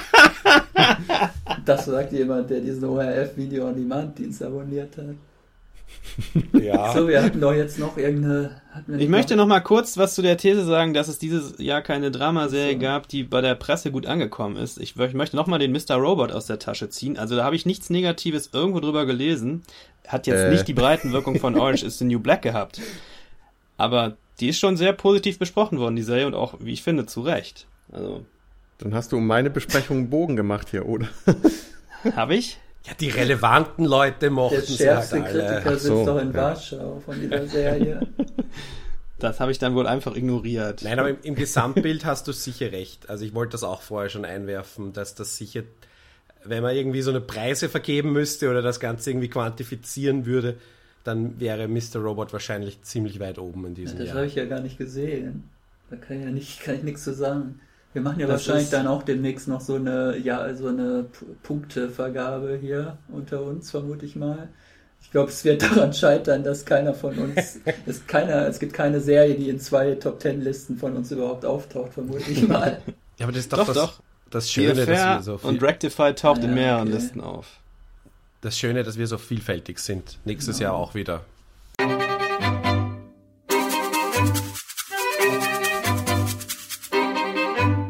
Das sagt jemand, der diesen ORF-Video-on-Demand-Dienst abonniert hat. Ja. So, wir hatten doch jetzt noch Ich möchte noch mal kurz was zu der These sagen, dass es dieses Jahr keine Dramaserie gab, die bei der Presse gut angekommen ist. Ich möchte noch mal den Mr. Robot aus der Tasche ziehen. Also da habe ich nichts Negatives irgendwo drüber gelesen. Hat jetzt nicht die Breitenwirkung von Orange is the New Black gehabt. Aber die ist schon sehr positiv besprochen worden, die Serie, und auch, wie ich finde, zu Recht. Also. Dann hast du um meine Besprechung einen Bogen gemacht hier, oder? Habe ich? Ja, die relevanten Leute mochten sie halt alle. Der schärfste Kritiker sitzt doch in Warschau von dieser Serie. Das habe ich dann wohl einfach ignoriert. Nein, aber im Gesamtbild hast du sicher recht. Also ich wollte das auch vorher schon einwerfen, dass das sicher, wenn man irgendwie so eine Preise vergeben müsste oder das Ganze irgendwie quantifizieren würde, dann wäre Mr. Robot wahrscheinlich ziemlich weit oben in diesem Jahr. Das habe ich ja gar nicht gesehen. Da kann ich nichts zu sagen. Wir machen ja wahrscheinlich dann auch demnächst noch so eine Punktevergabe hier unter uns, vermute ich mal. Ich glaube, es wird daran scheitern, dass keiner von uns, es gibt keine Serie, die in 2 Top-10-Listen von uns überhaupt auftaucht, vermute ich mal. Ja, aber das ist doch das Schöne, dass wir so viel... Und Rectify taucht in mehreren Listen auf. Das Schöne, dass wir so vielfältig sind. Nächstes Jahr auch wieder.